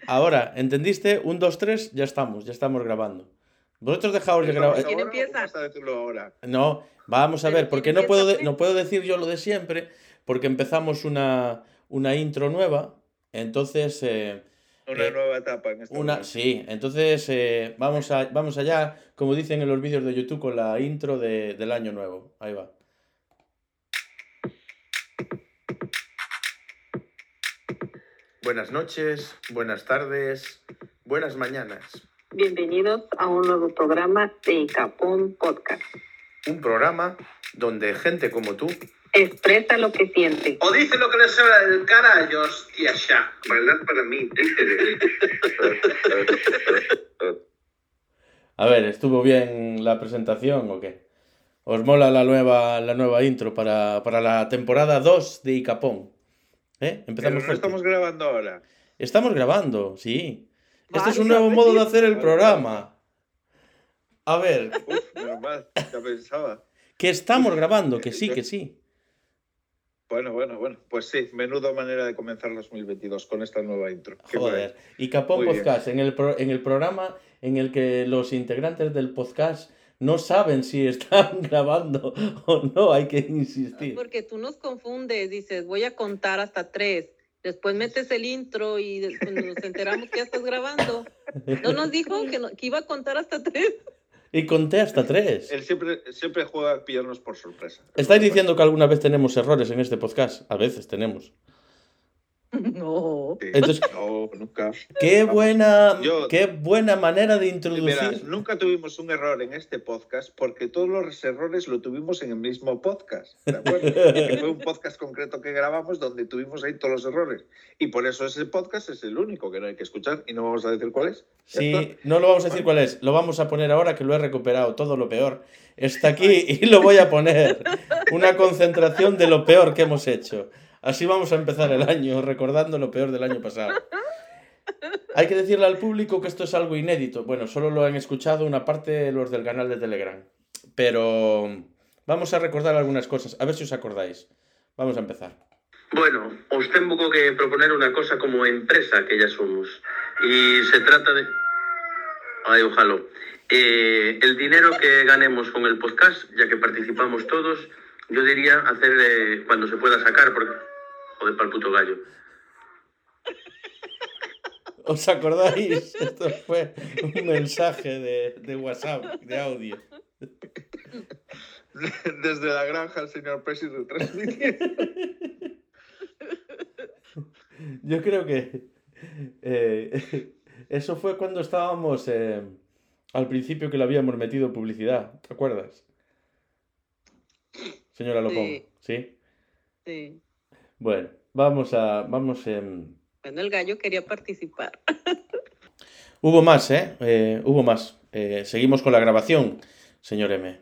Ahora, ¿entendiste? 1, 2, 3, ya estamos grabando. Vosotros dejaos de grabar. ¿Quién empieza? Vamos a decirlo ahora. No, vamos a ver, porque no puedo decir yo lo de siempre, porque empezamos una intro nueva, entonces... Una nueva etapa en esta vida. Sí, entonces vamos allá, como dicen en los vídeos de YouTube, con la intro del año nuevo. Ahí va. Buenas noches, buenas tardes, buenas mañanas. Bienvenidos a un nuevo programa de Icapón Podcast. Un programa donde gente como tú expresa lo que siente. O dice lo que le sobra del carallo, hostia, ya. Bailar para mí. A ver, ¿estuvo bien la presentación o qué? ¿Os mola la nueva intro para la temporada 2 de Icapón? Empezamos. Pero no estamos grabando ahora. Estamos grabando, sí. Este es un nuevo modo de hacer el programa. A ver. Menos mal, ya pensaba. Que estamos grabando, que sí. Bueno. Pues sí, menuda manera de comenzar 2022 con esta nueva intro. Joder. Icapón Podcast, en el programa en el que los integrantes del podcast no saben si están grabando o no, hay que insistir. Porque tú nos confundes, dices, voy a contar hasta 3. Después metes el intro y nos enteramos que ya estás grabando. ¿No nos dijo que iba a contar hasta 3? Y conté hasta 3. Él siempre juega a pillarnos por sorpresa. ¿Estáis diciendo que alguna vez tenemos errores en este podcast? A veces tenemos. No. Sí. Entonces, no, nunca. Qué buena manera de introducir. Verás, nunca tuvimos un error en este podcast porque todos los errores lo tuvimos en el mismo podcast. ¿De acuerdo? Que fue un podcast concreto que grabamos donde tuvimos ahí todos los errores. Y por eso ese podcast es el único que no hay que escuchar y no vamos a decir cuál es. Sí, no lo vamos a decir cuál es. Lo vamos a poner ahora que lo he recuperado. Todo lo peor está aquí y lo voy a poner. Una concentración de lo peor que hemos hecho. Así vamos a empezar el año, recordando lo peor del año pasado. Hay que decirle al público que esto es algo inédito. Bueno, solo lo han escuchado una parte de los del canal de Telegram. Pero vamos a recordar algunas cosas. A ver si os acordáis. Vamos a empezar. Bueno, os tengo que proponer una cosa como empresa que ya somos. Y se trata de... Ay, ojalá. El dinero que ganemos con el podcast, ya que participamos todos, yo diría hacer cuando se pueda sacar, porque... Joder, para el puto gallo. ¿Os acordáis? Esto fue un mensaje de WhatsApp, de audio. Desde la granja el señor presidente transmitiendo. Yo creo que eso fue cuando estábamos al principio que le habíamos metido publicidad, ¿te acuerdas? Señora Lopón, ¿sí? Sí. Bueno, vamos. Bueno, el gallo quería participar. Hubo más, hubo más. Seguimos con la grabación, señor M.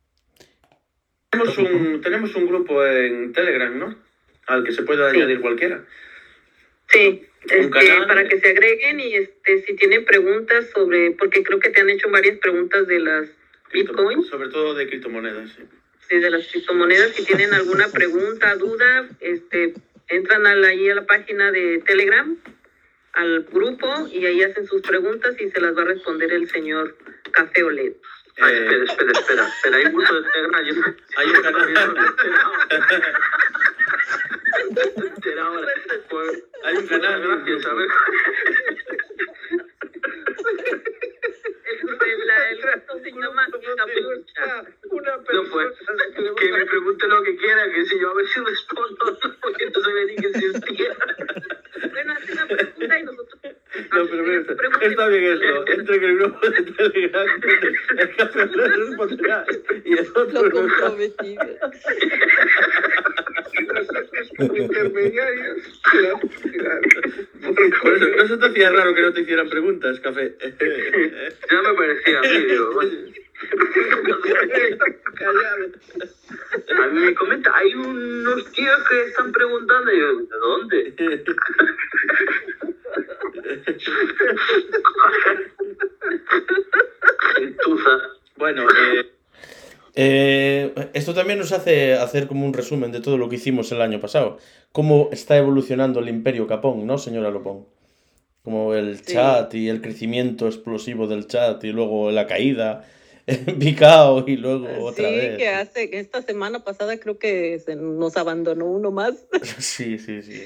Tenemos un grupo en Telegram, ¿no? Al que se puede añadir cualquiera. Sí, para que se agreguen y si tienen preguntas sobre, porque creo que te han hecho varias preguntas de las Bitcoin. Sobre todo de criptomonedas, sí. Sí, de las criptomonedas. Si tienen alguna pregunta, duda, entran ahí a la página de Telegram, al grupo, y ahí hacen sus preguntas y se las va a responder el señor Café OLED. Espera. Hay un grupo de Telegram. Hay un canal. Hay un canal, gracias, a ver. El grupo se llama Capucha. No, pues, que me pregunte lo que quiera, que si yo a ver si respondo, porque no sabía ni que existía. Bueno, hace una pregunta y nosotros... No, pero está bien eso. Entre el grupo de Telegram, el café no responderá. Y el otro Lo comprometido. Intermediarios. ¿No se te hacía raro que no te hicieran preguntas, Café? Ya me parecía a mí, digo, a mí me comenta, hay unos tíos que están preguntando, y yo, ¿de dónde? Gentuza. Bueno, esto también nos hace hacer como un resumen de todo lo que hicimos el año pasado. Cómo está evolucionando el Imperio Capón, ¿no, señora Lopón? como el Sí. chat y el crecimiento explosivo del chat y luego la caída en picado y luego otra Sí, vez. que esta semana pasada creo que nos abandonó uno más. Sí.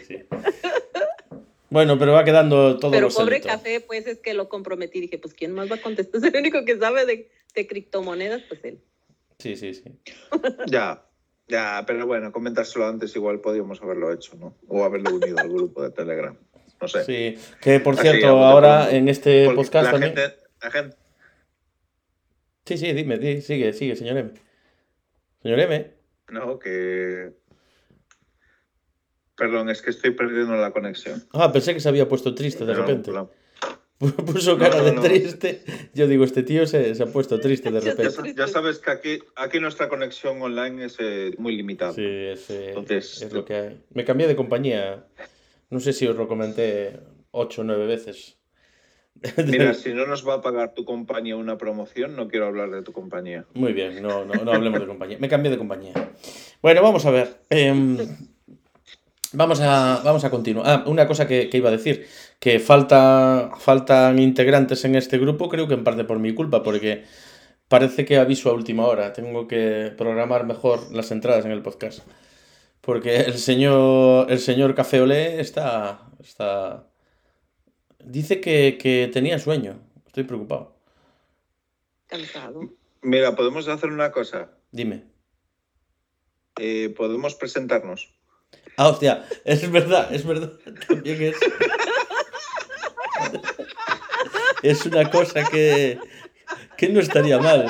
Bueno, pero va quedando todo Pero lo pobre solito. Café, pues es que lo comprometí. Dije, pues ¿quién más va a contestar? Es el único que sabe de criptomonedas, pues él. Sí. Ya, pero bueno, comentárselo antes igual podíamos haberlo hecho, ¿no? O haberlo unido al grupo de Telegram. No sé. Sí, que por Así, cierto, a bote ahora pronto. en este Porque podcast la también. gente, Sí, dime, sigue, señor M. Señor M. no, que... Perdón, es que estoy perdiendo la conexión. Ah, pensé que se había puesto triste de Pero, repente. no. Puso cara de No. triste. Yo digo, este tío se ha puesto triste de Ya está repente. Ya sabes que aquí nuestra conexión online es muy limitada. Sí, Entonces, es lo que hay. Me cambié de compañía. No sé si os lo comenté 8 o 9 veces. Mira, si no nos va a pagar tu compañía una promoción, no quiero hablar de tu compañía. Muy bien, no hablemos de compañía. Me cambié de compañía. Bueno, vamos a ver. Vamos a continuar. Ah, una cosa que iba a decir, que faltan integrantes en este grupo, creo que en parte por mi culpa, porque parece que aviso a última hora. Tengo que programar mejor las entradas en el podcast. Porque el señor Café Olé está... Dice que tenía sueño. Estoy preocupado. Cansado. Mira, podemos hacer una cosa. Dime. Podemos presentarnos. Ah, hostia, es verdad. También es una cosa que no estaría mal.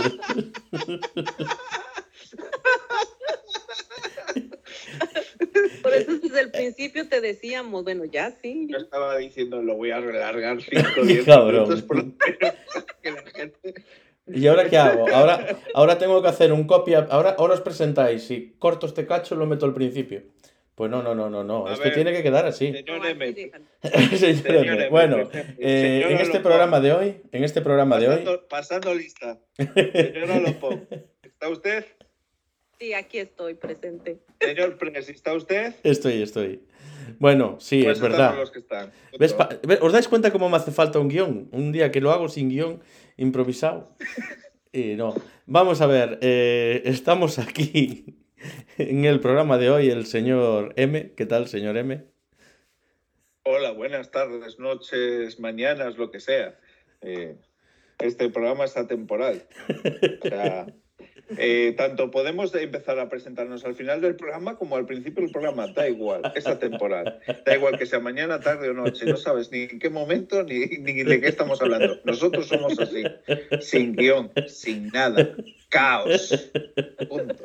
Por eso desde el principio te decíamos, bueno, ya sí. Yo estaba diciendo, lo voy a alargar 5 o 10 Cabrón. minutos por lo menos para que la gente... ¿Y ahora qué hago? Ahora tengo que hacer un copia. Ahora os presentáis. Si corto este cacho, lo meto al principio. Pues no. A Esto ver, tiene que quedar así. Señor No, así M, déjalo. Señor M. Bueno, señora en este Lopón, programa de hoy, pasando lista. Señora Lopón, ¿está usted? Sí, aquí estoy presente. Señor Pres, ¿está usted? estoy. Bueno, sí, Pues es verdad. estamos los que están. ¿Os dais cuenta cómo me hace falta un guión? Un día que lo hago sin guión, improvisado. Y no. Vamos a ver, estamos aquí en el programa de hoy, el señor M. ¿Qué tal, señor M? Hola, buenas tardes, noches, mañanas, lo que sea. Este programa es atemporal. O sea, tanto podemos empezar a presentarnos al final del programa como al principio del programa. Da igual, es atemporal. Da igual que sea mañana, tarde o noche. No sabes ni en qué momento ni de qué estamos hablando. Nosotros somos así. Sin guión, sin nada. Caos. Punto.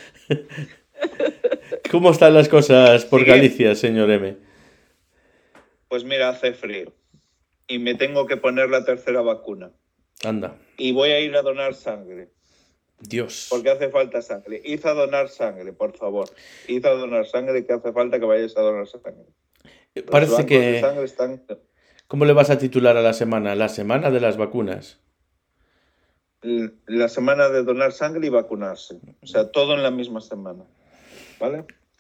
¿Cómo están las cosas por Siguiente. Galicia, señor M? Pues mira, hace frío. Y me tengo que poner la tercera vacuna. Anda, Y voy a ir a donar sangre. Dios. Porque hace falta sangre. Id a donar sangre, por favor. Id a donar sangre, que hace falta que vayáis a donar sangre. Los Parece bancos de que... sangre están... ¿Cómo le vas a titular a la semana? La semana de las vacunas. La semana de donar sangre y vacunarse. O sea, todo en la misma semana. ¿Vale?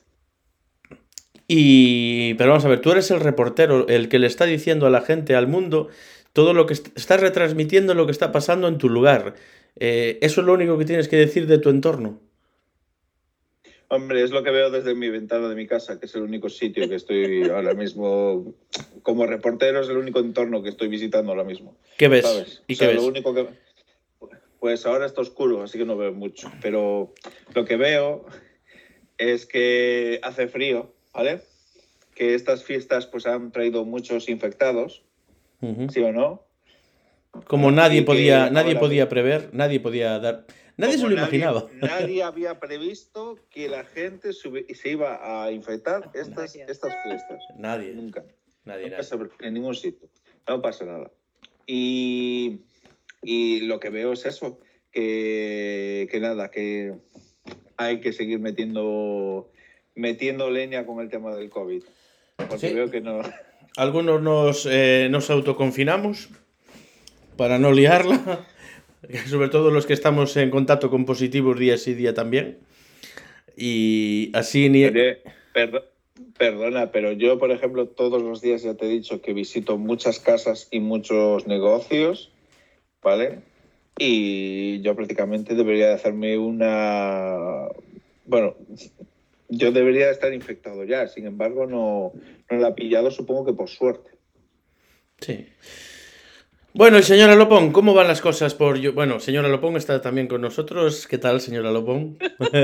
Pero vamos a ver, tú eres el reportero, el que le está diciendo a la gente, al mundo, todo lo que estás retransmitiendo lo que está pasando en tu lugar. Eso es lo único que tienes que decir de tu entorno. Hombre, es lo que veo desde mi ventana de mi casa, que es el único sitio que estoy ahora mismo, como reportero, es el único entorno que estoy visitando ahora mismo. ¿Qué ves? ¿Sabes? ¿Y O sea, qué ves? lo único que... Pues ahora está oscuro, así que no veo mucho. Pero lo que veo es que hace frío, ¿vale? Que estas fiestas pues han traído muchos infectados, Ujú. ¿sí o no? Como Y nadie que podía ahora- prever, nadie podía dar... Nadie se Como lo imaginaba. Nadie había previsto que la gente se iba a infectar estas fiestas. Nadie. Nunca. Nadie. En ningún sitio. No pasa nada. Y lo que veo es eso, que nada, que hay que seguir metiendo leña con el tema del COVID. Porque Sí. veo que no... Algunos nos autoconfinamos para no liarla, sobre todo los que estamos en contacto con positivos día sí día también. Y así ni... Oye, Perdona, pero yo, por ejemplo, todos los días ya te he dicho que visito muchas casas y muchos negocios, ¿vale? Y yo prácticamente debería de hacerme una... Bueno, yo debería de estar infectado ya, sin embargo no la he pillado, supongo que por suerte. Sí. Bueno, y señora Lopón, ¿cómo van las cosas por... Bueno, señora Lopón está también con nosotros. ¿Qué tal, señora Lopón?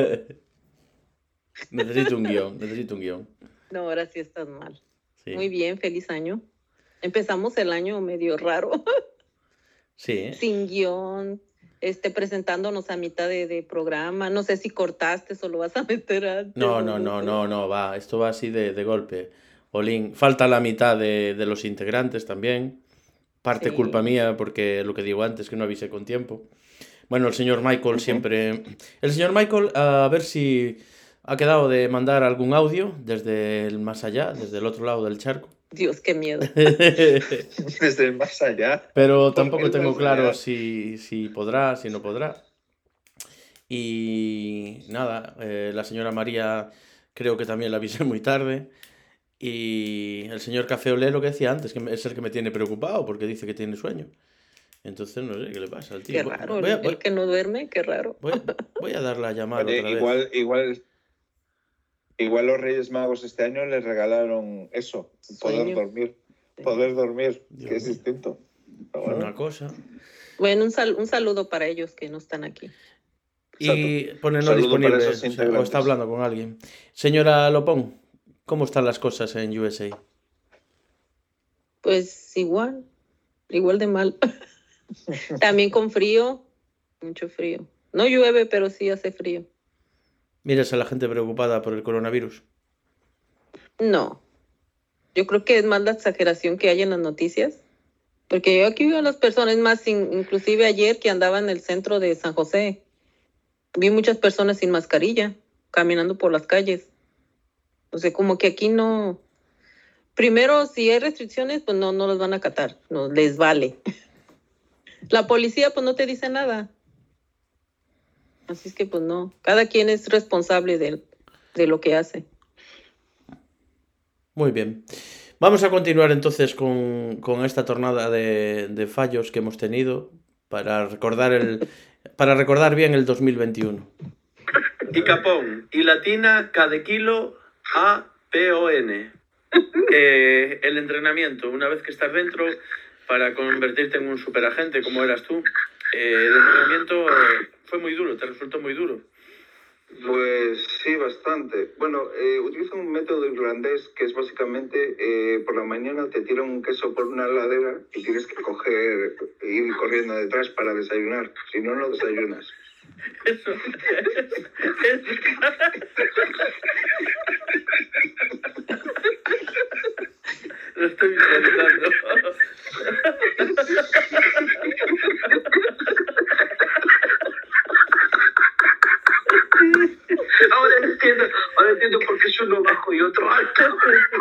Necesito un guión. No, ahora sí estás mal. Sí. Muy bien, feliz año. Empezamos el año medio raro, Sí. sin guión, presentándonos a mitad de programa. No sé si cortaste o lo vas a meter antes. No, o no, no, sé. no, va. Esto va así de golpe. Olín, falta la mitad de los integrantes también. Parte Sí. culpa mía, porque lo que digo antes, que no avisé con tiempo. Bueno, el señor Michael siempre... El señor Michael, a ver si ha quedado de mandar algún audio desde el más allá, desde el otro lado del charco. Dios, qué miedo. Desde el más allá. Pero ¿Por tampoco qué el tengo más claro allá? si podrá, si no podrá. Y nada, la señora María creo que también la avisé muy tarde. Y el señor Café Olé, lo que decía antes, que es el que me tiene preocupado porque dice que tiene sueño. Entonces no sé qué le pasa al tío. Qué raro, el que no duerme, qué raro. Voy a darle a llamar Oye, otra vez. igual los Reyes Magos este año les regalaron eso, Sueño. poder dormir, Dios que es mío. distinto. Pero bueno, Una cosa. Bueno, un saludo para ellos que no están aquí. Y pone no Saludo para disponible, esos o integrantes. está hablando con alguien. Señora Lopón, ¿cómo están las cosas en USA? Pues igual de mal. También con frío, mucho frío. No llueve, pero sí hace frío. ¿Miras a la gente preocupada por el coronavirus? No, yo creo que es más la exageración que hay en las noticias. Porque yo aquí veo a las personas, más inclusive ayer que andaba en el centro de San José, vi muchas personas sin mascarilla, caminando por las calles. O sea, como que aquí no... Primero, si hay restricciones, pues no las van a acatar, no les vale. La policía, pues no te dice nada. Así es que, pues no, cada quien es responsable de lo que hace. Muy bien. Vamos a continuar entonces con esta tornada de fallos que hemos tenido para recordar bien el 2021. Y capón, y latina, cada kilo, APON. El entrenamiento, una vez que estás dentro, para convertirte en un superagente como eras tú, el entrenamiento fue muy duro, te resultó muy duro. Pues sí, bastante. Bueno, utilizo un método irlandés que es básicamente por la mañana te tiran un queso por una ladera y tienes que ir corriendo detrás para desayunar. Si no, no desayunas. Eso. Lo estoy visualizando. Ahora entiendo por qué es uno bajo y otro alto.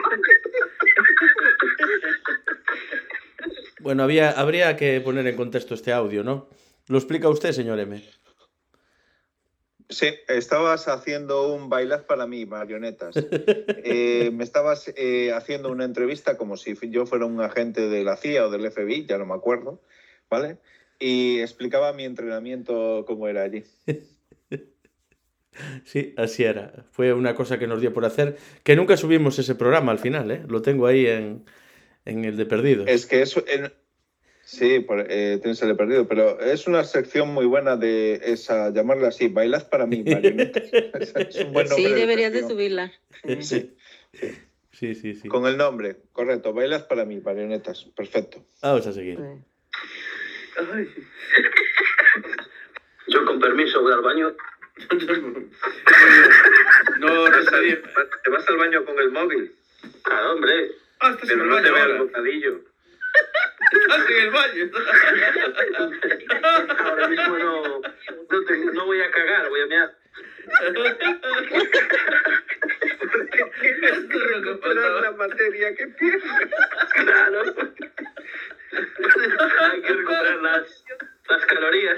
Bueno, habría que poner en contexto este audio, ¿no? ¿Lo explica usted, señor M? Sí, estabas haciendo un bailaz para mí, marionetas. Me estabas haciendo una entrevista como si yo fuera un agente de la CIA o del FBI, ya no me acuerdo, ¿vale? Y explicaba mi entrenamiento cómo era allí. Sí, así era. Fue una cosa que nos dio por hacer, que nunca subimos ese programa al final, ¿eh? Lo tengo ahí en el de Perdidos. Es que eso... Sí, tienes el de Perdido, pero es una sección muy buena de esa, llamarla así, bailaz para mí, marionetas. Es un buen nombre. Sí, deberías de sección. subirla. Sí. Sí. Con el nombre, correcto, bailaz para mí, marionetas, perfecto. Vamos a seguir. Ay. Yo con permiso voy al baño. No, Rosario. ¿Te vas al baño con el móvil? Claro, hombre. Estás en Pero el no te baño veas el ahora. bocadillo. Estás en el baño. Ahora mismo no voy a cagar, voy a mear. Esto es lo que faltaba. la materia que pierdes. Claro. Hay que recuperar las calorías.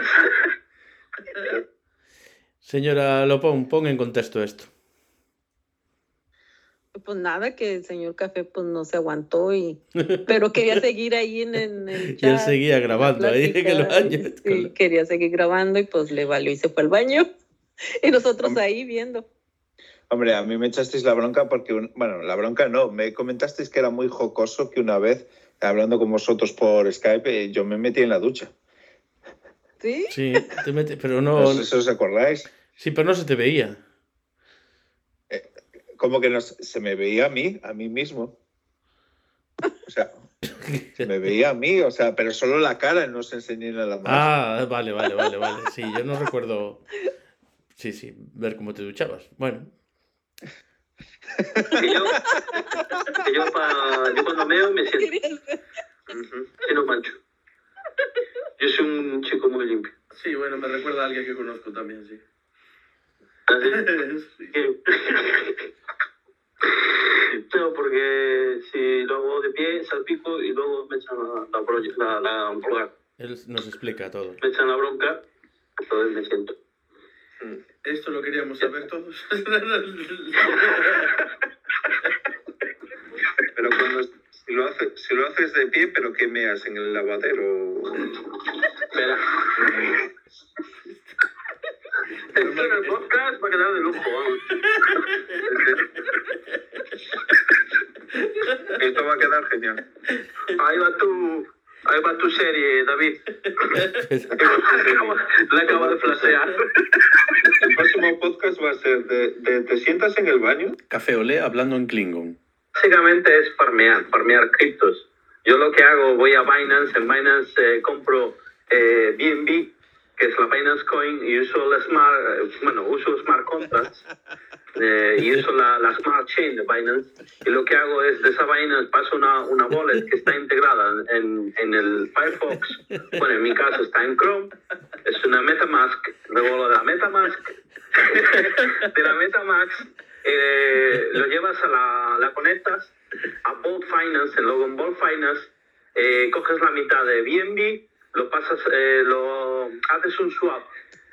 Señora Lopón, pon en contexto esto. pues nada, que el señor Café pues no se aguantó pero quería seguir ahí en el chat. Y él seguía grabando ahí en el baño. Sí, quería seguir grabando y pues le valió y se fue al baño. Y nosotros ahí viendo. Hombre, a mí me echasteis la bronca porque, bueno, la bronca no, me comentasteis que era muy jocoso que una vez, hablando con vosotros por Skype, yo me metí en la ducha. ¿Sí? Sí, pero no... No sé si os acordáis. Sí, pero no se te veía. Como que se me veía a mí mismo. O sea, se me veía a mí, o sea, pero solo la cara, no se enseñé nada más. Ah, vale. Sí, yo no recuerdo... Sí, ver cómo te duchabas. Bueno. Yo cuando meo me siento... Sí, no mancho. Yo soy un chico muy limpio. Sí, bueno, me recuerda a alguien que conozco también, sí. ¿Así? Sí. No, porque si lo hago de pie, salpico y luego me echan la bronca. Él nos explica todo. Me echan la bronca, entonces me siento. Esto lo queríamos saber todos. Pero si lo haces de pie, ¿pero qué meas en el lavadero? Espera. Esto en el podcast va a quedar de lujo, vamos. Esto va a quedar genial. Ahí va tu serie, David. La acabo de flashear. El próximo podcast va a ser ¿te sientas en el baño? Café Olé hablando en Klingon. Básicamente es farmear criptos. Yo lo que hago, voy a Binance, en Binance compro BNB, que es la Binance Coin, y uso uso smart contracts, y uso la smart chain de Binance, y lo que hago es de esa Binance paso una wallet que está integrada en el Firefox, bueno, en mi caso está en Chrome, es una MetaMask, luego de la MetaMask, lo llevas la conectas a Bolt Finance, luego en Bolt Finance coges la mitad de BNB, lo pasas, haces un swap,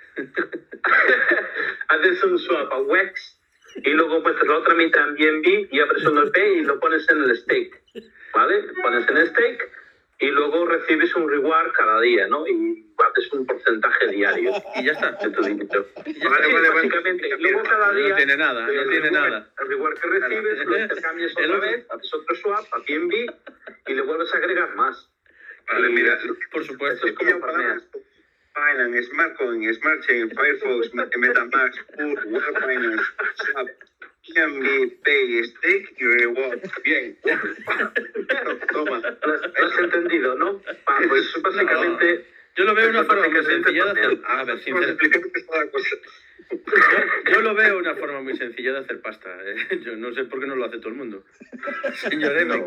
haces un swap a WEX y luego metes la otra mitad en BNB y abres un EP y lo pones en el stake, ¿vale? Pones en stake y luego recibes un reward cada día, ¿no? Y haces un porcentaje diario y ya está, de tu dinero. Vale. Básicamente, luego cada día... No tiene nada. El reward que recibes lo intercambias otra vez, haces otro swap a BNB y le vuelves a agregar más. Vale, mira, Por supuesto. Esto es como farmear. Binance, Smartcoin, Smart Chain, Firefox, MetaMask, Pool, World Finance, Swap, BNB, Pay, Stake y Reward. Bien. Toma. ¿Lo has entendido, no? Pues básicamente... Yo lo veo de una forma muy básicamente sencilla de hacer... farmear. A ver, Pues sinceramente. explícame cada cosa. Yo lo veo una forma muy sencilla de hacer pasta. Yo no sé por qué no lo hace todo el mundo. Señor M.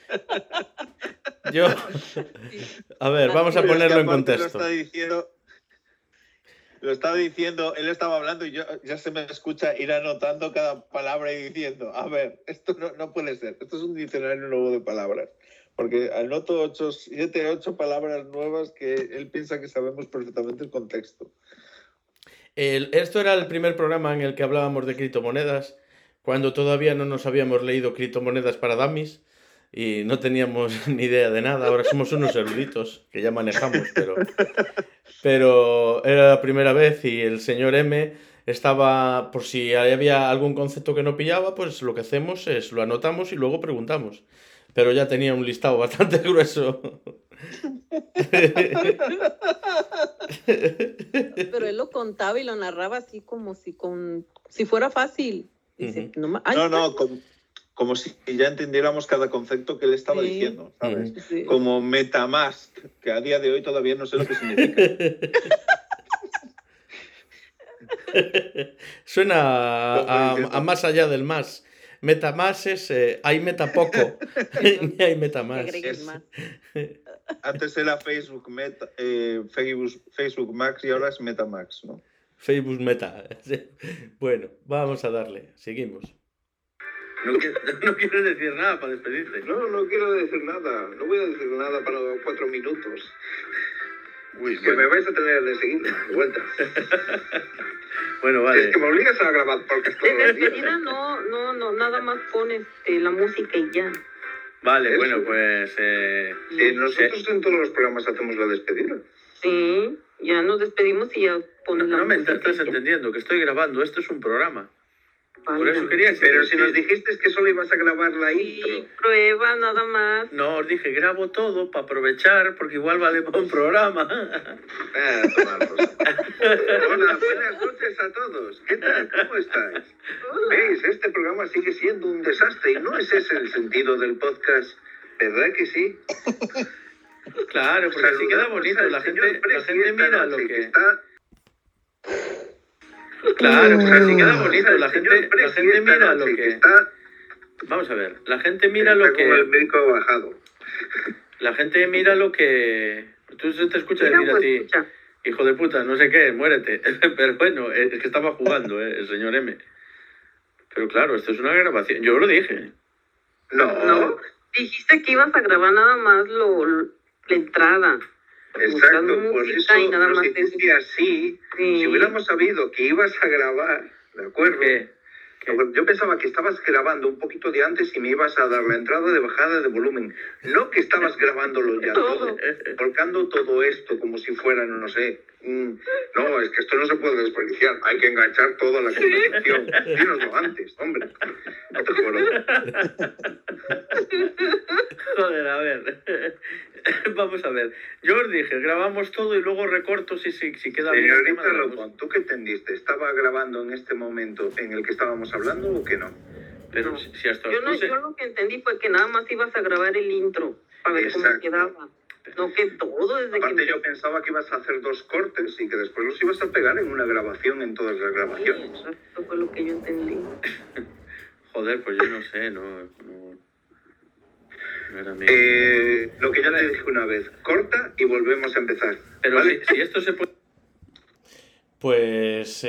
Yo... A ver, vamos a Pero es que ponerlo en aparte contexto. Lo estaba diciendo, él estaba hablando y yo ya se me escucha ir anotando cada palabra y diciendo, a ver, esto no puede ser, esto es un diccionario nuevo de palabras, porque anoto 7, 8 palabras nuevas que él piensa que sabemos perfectamente el contexto. Esto era el primer programa en el que hablábamos de criptomonedas, cuando todavía no nos habíamos leído Criptomonedas para Dummies y no teníamos ni idea de nada. Ahora somos unos eruditos que ya manejamos, pero era la primera vez y el señor M estaba, por si había algún concepto que no pillaba, pues lo que hacemos es lo anotamos y luego preguntamos. Pero ya tenía un listado bastante grueso. Pero él lo contaba y lo narraba así como si fuera fácil. Dice, Como si ya entendiéramos cada concepto que él estaba diciendo, ¿sabes? Sí. Como MetaMask, que a día de hoy todavía no sé lo que significa. Suena a más allá del más. MetaMask es hay meta poco, ni hay MetaMask. Agreguen más. Antes era Facebook Max y ahora es MetaMax, ¿no? Facebook Meta. Bueno, vamos a darle. Seguimos. No quieres decir nada para despedirte. No quiero decir nada. No voy a decir nada para 4 minutos. Uy, Que me bueno. vais a tener de seguir vueltas. Bueno, Es vale. que me obligas a grabar porque De todos los días. despedida no, nada más pones la música y ya. Vale, Eso. bueno, pues... Nosotros en todos los programas hacemos la despedida. Sí, ya nos despedimos y ya pones la no me música. estás y ya. entendiendo, que estoy grabando. Esto es un programa. Por eso Válgame. quería Pero si decir- nos dijiste que solo ibas a grabar la Sí, intro. prueba nada más. No, os dije, grabo todo para aprovechar, porque igual vale para un programa. Tomar por saco. Hola, buenas noches a todos. ¿Qué tal? ¿Cómo estáis? ¿Veis? Este programa sigue siendo un desastre y no ese es el sentido del podcast. ¿Verdad que sí? Claro, porque así queda Saludamos bonito. al La señor gente Presi esta mira lo noche, que... está... Claro, porque así queda bonito. La al señor gente Presi esta mira lo noche, que... está... Vamos a ver, la gente mira está lo como el que... médico bajado. La gente mira lo que... Tú se te escucha Mira, decir a pues, ti, escucha. hijo de puta, no sé qué, muérete. Pero bueno, es que estaba jugando, el señor M. Pero claro, esto es una grabación. Yo lo dije. No, dijiste que ibas a grabar nada más la entrada. Exacto, Buscando por música y eso nada nos más hiciste así. Sí. Si hubiéramos sabido que ibas a grabar, ¿de acuerdo? ¿Qué? Yo pensaba que estabas grabando un poquito de antes y me ibas a dar la entrada de bajada de volumen. No que estabas grabándolo ya todo, volcando todo esto como si fuera, no sé. No, es que esto no se puede desperdiciar. Hay que enganchar toda la conversación. Dínoslo antes, hombre. No te jodas. Joder, a ver. Vamos a ver. Yo os dije, grabamos todo y luego recorto si queda bien el tema Señorita de la Lopón, música. ¿tú qué entendiste? ¿Estaba grabando en este momento en el que estábamos hablando o que no? Pero No. si hasta Yo, os puse... yo lo que entendí fue que nada más ibas a grabar el intro para ver cómo Exacto. quedaba. No que todo desde Aparte que... yo pensaba que ibas a hacer 2 cortes y que después los ibas a pegar en una grabación en todas las grabaciones. Eso fue lo que yo entendí. Joder, pues yo no sé, no era mío. Lo que ya te dije una vez, corta y volvemos a empezar. Pero ¿vale? si esto se puede... Pues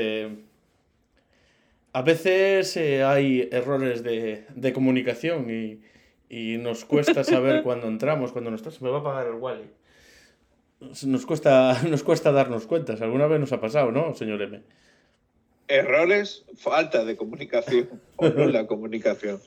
a veces hay errores de comunicación y nos cuesta saber cuándo entramos, cuándo no está. Se me va a apagar el Wally. Nos cuesta darnos cuenta. Alguna vez nos ha pasado, ¿no, señor M? Errores, falta de comunicación o nula comunicación.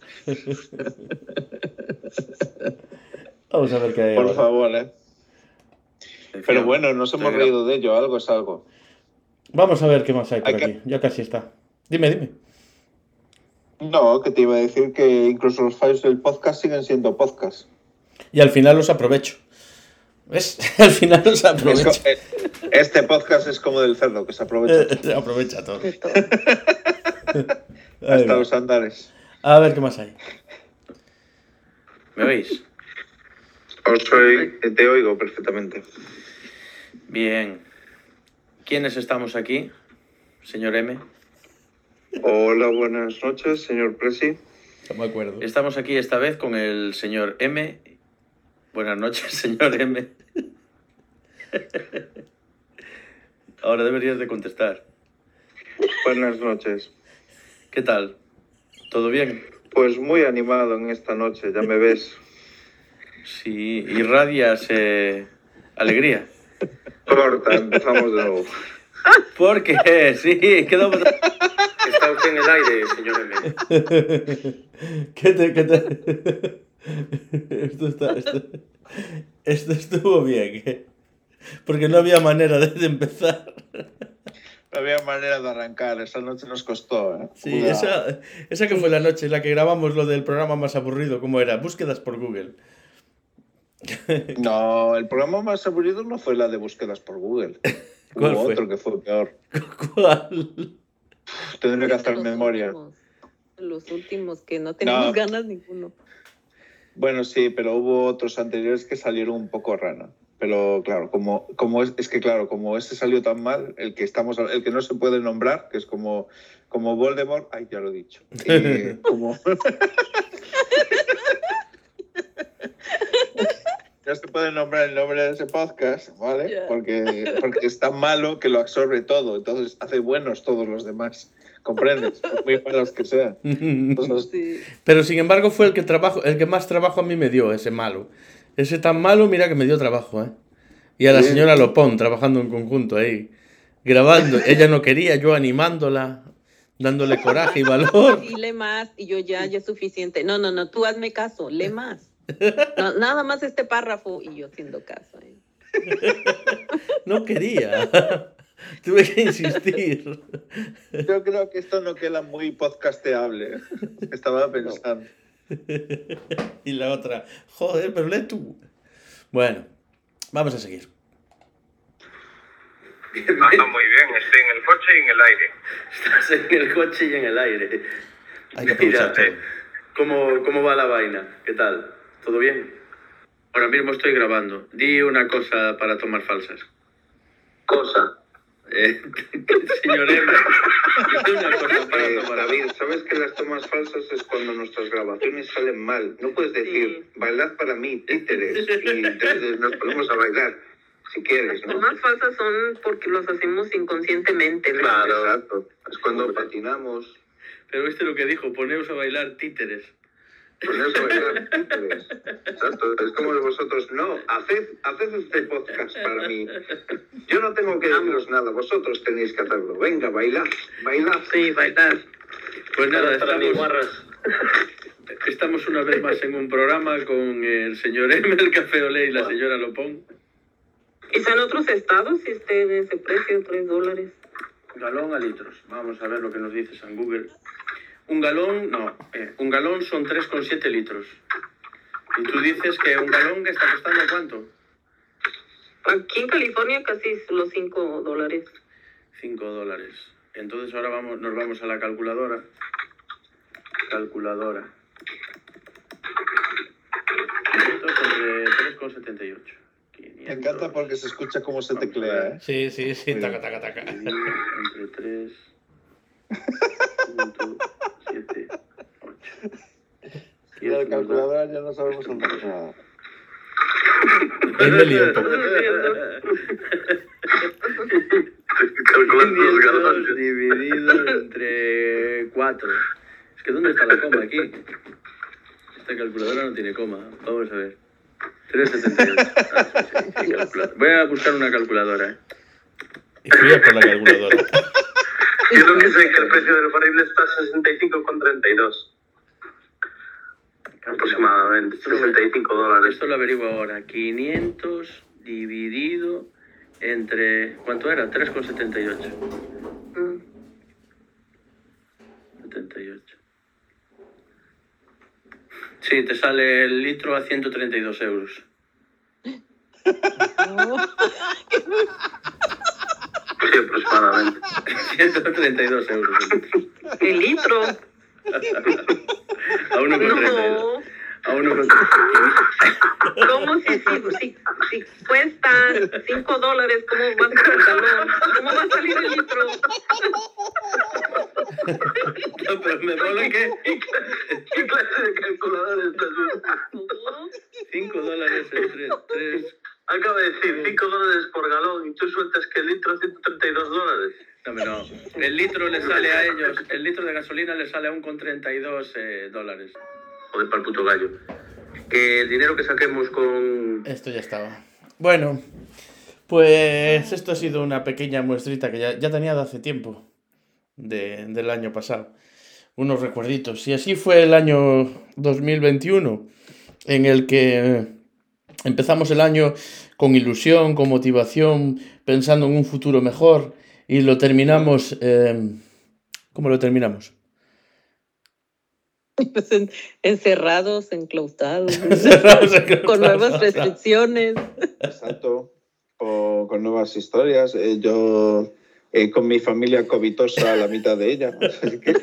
Vamos a ver qué hay Por ahora. favor, ¿eh? Pero bueno, nos hemos reído de ello, algo es algo. Vamos a ver qué más hay por Hay que- aquí. Ya casi está. Dime. No, que te iba a decir que incluso los fallos del podcast siguen siendo podcast. Y al final los aprovecho. ¿Ves? Al final los aprovecho. Este podcast es como del cerdo, que se aprovecha Se aprovecha todo. De todo. Ahí hasta va. los andares. A ver qué más hay. ¿Me oís? Te oigo perfectamente. Bien. ¿Quiénes estamos aquí, señor M? Hola, buenas noches, señor Presi. No me acuerdo. Estamos aquí esta vez con el señor M. Buenas noches, señor M. Ahora deberías de contestar. Buenas noches. ¿Qué tal? ¿Todo bien? Pues muy animado en esta noche, ya me ves. Sí, irradias alegría. Corta, empezamos de nuevo. ¿Por qué? Sí, quedó... Está usted en el aire, señor M. ¿Qué te... Esto estuvo bien, ¿eh? Porque no había manera de empezar. No había manera de arrancar, esa noche nos costó, ¿eh? Sí, Cuidado. esa que fue la noche en la que grabamos lo del programa más aburrido, ¿cómo era? Búsquedas por Google. No, el programa más aburrido no fue la de búsquedas por Google. ¿Cuál Hubo fue? otro que fue peor. ¿Cuál? Tendré que Pues hacer memoria. Los últimos que no tenemos No. ganas ninguno. Bueno, sí, pero hubo otros anteriores que salieron un poco rana. Pero claro, como ese salió tan mal, el que no se puede nombrar, que es como Voldemort, ay, ya lo he dicho. Como no se puede nombrar el nombre de ese podcast, ¿vale? Ya. Porque es tan malo que lo absorbe todo, entonces hace buenos todos los demás. ¿Comprendes? Por muy malos que sean. Entonces, Sí. Pero sin embargo fue el que más trabajo a mí me dio, ese malo. Ese tan malo, mira que me dio trabajo, ¿eh? Y a la Bien. señora Lopón trabajando en conjunto ahí, grabando. Ella no quería, yo animándola, dándole coraje y valor. Sí, lee más. Y yo ya es suficiente. No, tú hazme caso, lee más. No, nada más este párrafo y yo haciendo caso. No quería. Tuve que insistir. Yo creo que esto no queda muy podcasteable. Estaba pensando. Y la otra, joder, pero lee tú. Bueno, vamos a seguir. Muy bien, estoy en el coche y en el aire. Estás en el coche y en el aire. Hay que aprovechar todo. ¿Cómo va la vaina? ¿Qué tal? ¿Todo bien? Ahora mismo estoy grabando. Di una cosa para tomar falsas. Cosa. Señor M, di una cosa para tomar David, ¿sabes que las tomas falsas es cuando nuestras grabaciones salen mal? No puedes decir, bailad para mí, títeres, y entonces nos ponemos a bailar, si quieres, ¿no? Las más falsas son porque los hacemos inconscientemente. ¿no? Claro, exacto. Es cuando patinamos, Pero viste lo que dijo, poneos a bailar títeres. ponemos a bailar títeres. Exacto, es como de vosotros, no, haced este podcast para mí. Yo no tengo que deciros nada, vosotros tenéis que hacerlo. Venga, bailad. Sí, bailar. Pues nada, estamos una vez más en un programa con el señor M, el Café Olé y la señora Lopón. Quizá en otros estados si esté de ese precio, $3. Galón a litros. Vamos a ver lo que nos dice San Google. Un galón son 3,7 litros. Y tú dices que un galón que está costando ¿cuánto? Aquí en California casi los $5. $5. Entonces ahora nos vamos a la calculadora. Calculadora. 500 entre 3,78. Me encanta porque se escucha cómo se teclea, ¿eh? Sí, Muy taca, bien. taca, taca. Entre 3. 7, 8. Y la calculadora ya no sabemos hacer nada. Ahí me lío un poco. Calculando los 500 galones. dividido entre 4. Es que ¿dónde está la coma aquí? Esta calculadora no tiene coma. Vamos a ver. 3,78. Sí, calculadora. Voy a buscar una calculadora. Y fui a por la calculadora. Yo lo que sé es que el precio del barril está a 65,32. Aproximadamente, $65. Esto lo averiguo ahora. 500 dividido entre... ¿Cuánto era? 3,78. 78. Sí, te sale el litro a 132 euros. Sí, aproximadamente. 132 euros. El litro. A 1,32. No. A 1,32. ¿Cómo si cuesta $5, cómo va a ser el galón? ¿Cómo va a salir el litro? No, pero me mola que ¿Qué clase de calculadora estás usando? $5 entre 3. Acaba de decir $5 por galón y tú sueltas que el litro $132. No. El litro le sale a ellos, el litro de gasolina le sale a $1,32. Joder, para el puto gallo. Que el dinero que saquemos con... Esto ya estaba. Bueno, pues esto ha sido una pequeña muestrita que ya tenía de hace tiempo, del año pasado. Unos recuerditos. Y así fue el año 2021, en el que empezamos el año con ilusión, con motivación, pensando en un futuro mejor, y lo terminamos... ¿Cómo lo terminamos? Pues encerrados, enclaustrados, Encerrados, con nuevas restricciones. Exacto. O con nuevas historias. Yo con mi familia covitosa, la mitad de ella. Así que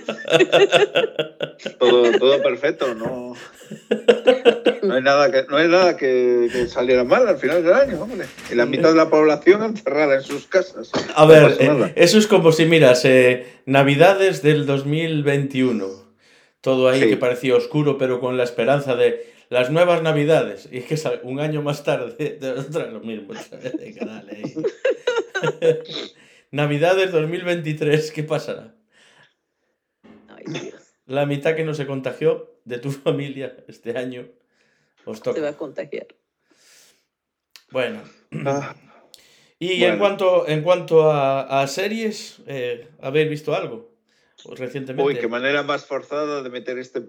todo perfecto, ¿no? No hay nada que saliera mal al final del año, hombre. Y la mitad de la población encerrada en sus casas. A No ver, pasa nada. eso es como si miras Navidades del 2021. Todo ahí Sí. que parecía oscuro, pero con la esperanza de las nuevas Navidades. Y es que un año más tarde, otra lo mismo. Otra vez, dale ahí. Navidades 2023, ¿qué pasará? Ay, Dios, La mitad que no se contagió de tu familia este año os se va toca. a contagiar. Bueno, Ah, Y Bueno. en cuanto a series, ¿habéis visto algo Uy, recientemente? qué manera más forzada de meter este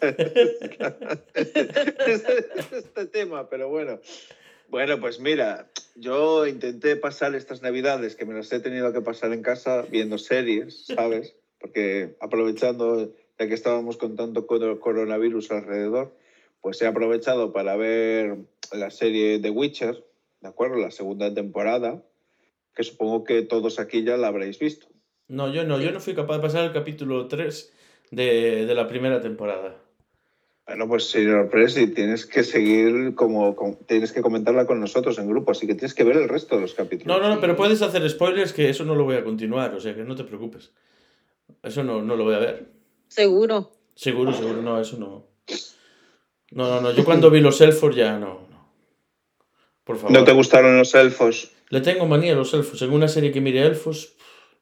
tema, pero bueno. Bueno, pues mira, yo intenté pasar estas navidades, que me las he tenido que pasar en casa viendo series, ¿sabes? Porque aprovechando ya que estábamos con tanto coronavirus alrededor, pues he aprovechado para ver la serie The Witcher, ¿de acuerdo? La segunda temporada, que supongo que todos aquí ya la habréis visto. No, yo no. Yo no Sí. fui capaz de pasar el capítulo 3 de la primera temporada. Bueno, pues señor Presi, tienes que seguir tienes que comentarla con nosotros en grupo, así que tienes que ver el resto de los No, capítulos. no, pero Sí. puedes hacer spoilers que eso no lo voy a continuar, o sea que no te preocupes. Eso no lo voy a ver. Seguro. Seguro, seguro, no, eso no. No. Yo cuando vi los elfos ya no. Por ¿No te favor. gustaron los elfos? Le tengo manía a los elfos. En una serie que mire elfos,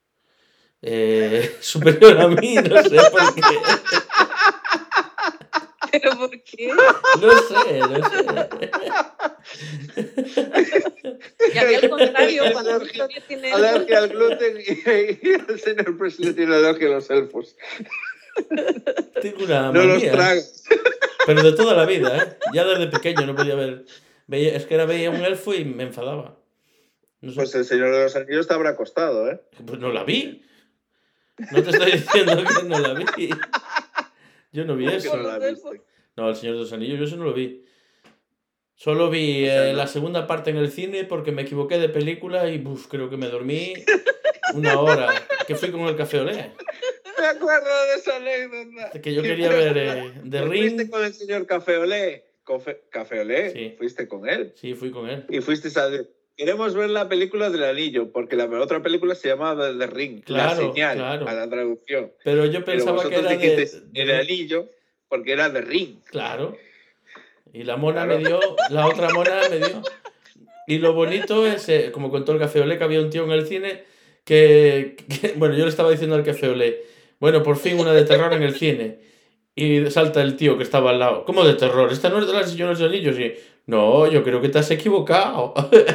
superior a mí, no sé por qué. ¿Pero por qué? No sé. Y a mí al contrario, cuando mi historia tiene elfos, Alergia al gluten y el señor Presi le tiene alergia a los elfos. Tengo una No los manía. tragas. Pero de toda la vida, ¿eh? Ya desde pequeño no podía ver. Es que veía un elfo y me enfadaba. No sé. Pues el Señor de los Anillos te habrá costado, ¿eh? Pues no la vi. No te estoy diciendo que no la vi. Yo no vi ¿Cómo que eso. no la los elfos. viste? No, El Señor de los Anillos, yo eso no lo vi. Solo vi O sea, la no. segunda parte en el cine porque me equivoqué de película y creo que me dormí una hora. Que fui con el Café Olé. Me acuerdo de esa anécdota. Que yo quería ver The ¿Que fuiste Ring. con el señor Café Olé? ¿Café Olé? Sí. ¿Fuiste con él? Sí, fui con él. Y fuiste a... Queremos ver la película del anillo, porque la otra película se llamaba The Ring, La Claro, Señal, a claro. la traducción. Pero yo Pero pensaba que vosotros era dijisteis de el anillo porque era The Ring. Claro. Y la mona Claro. me dio, la otra mona me dio. Y lo bonito es, como contó el Café Olé, que había un tío en el cine bueno, yo le estaba diciendo al Café Olé, bueno, por fin una de terror en el cine. Y salta el tío que estaba al lado. ¿Cómo de terror? ¿Esta no es de las Señoras de los Anillos? Y, no, yo creo que te has equivocado.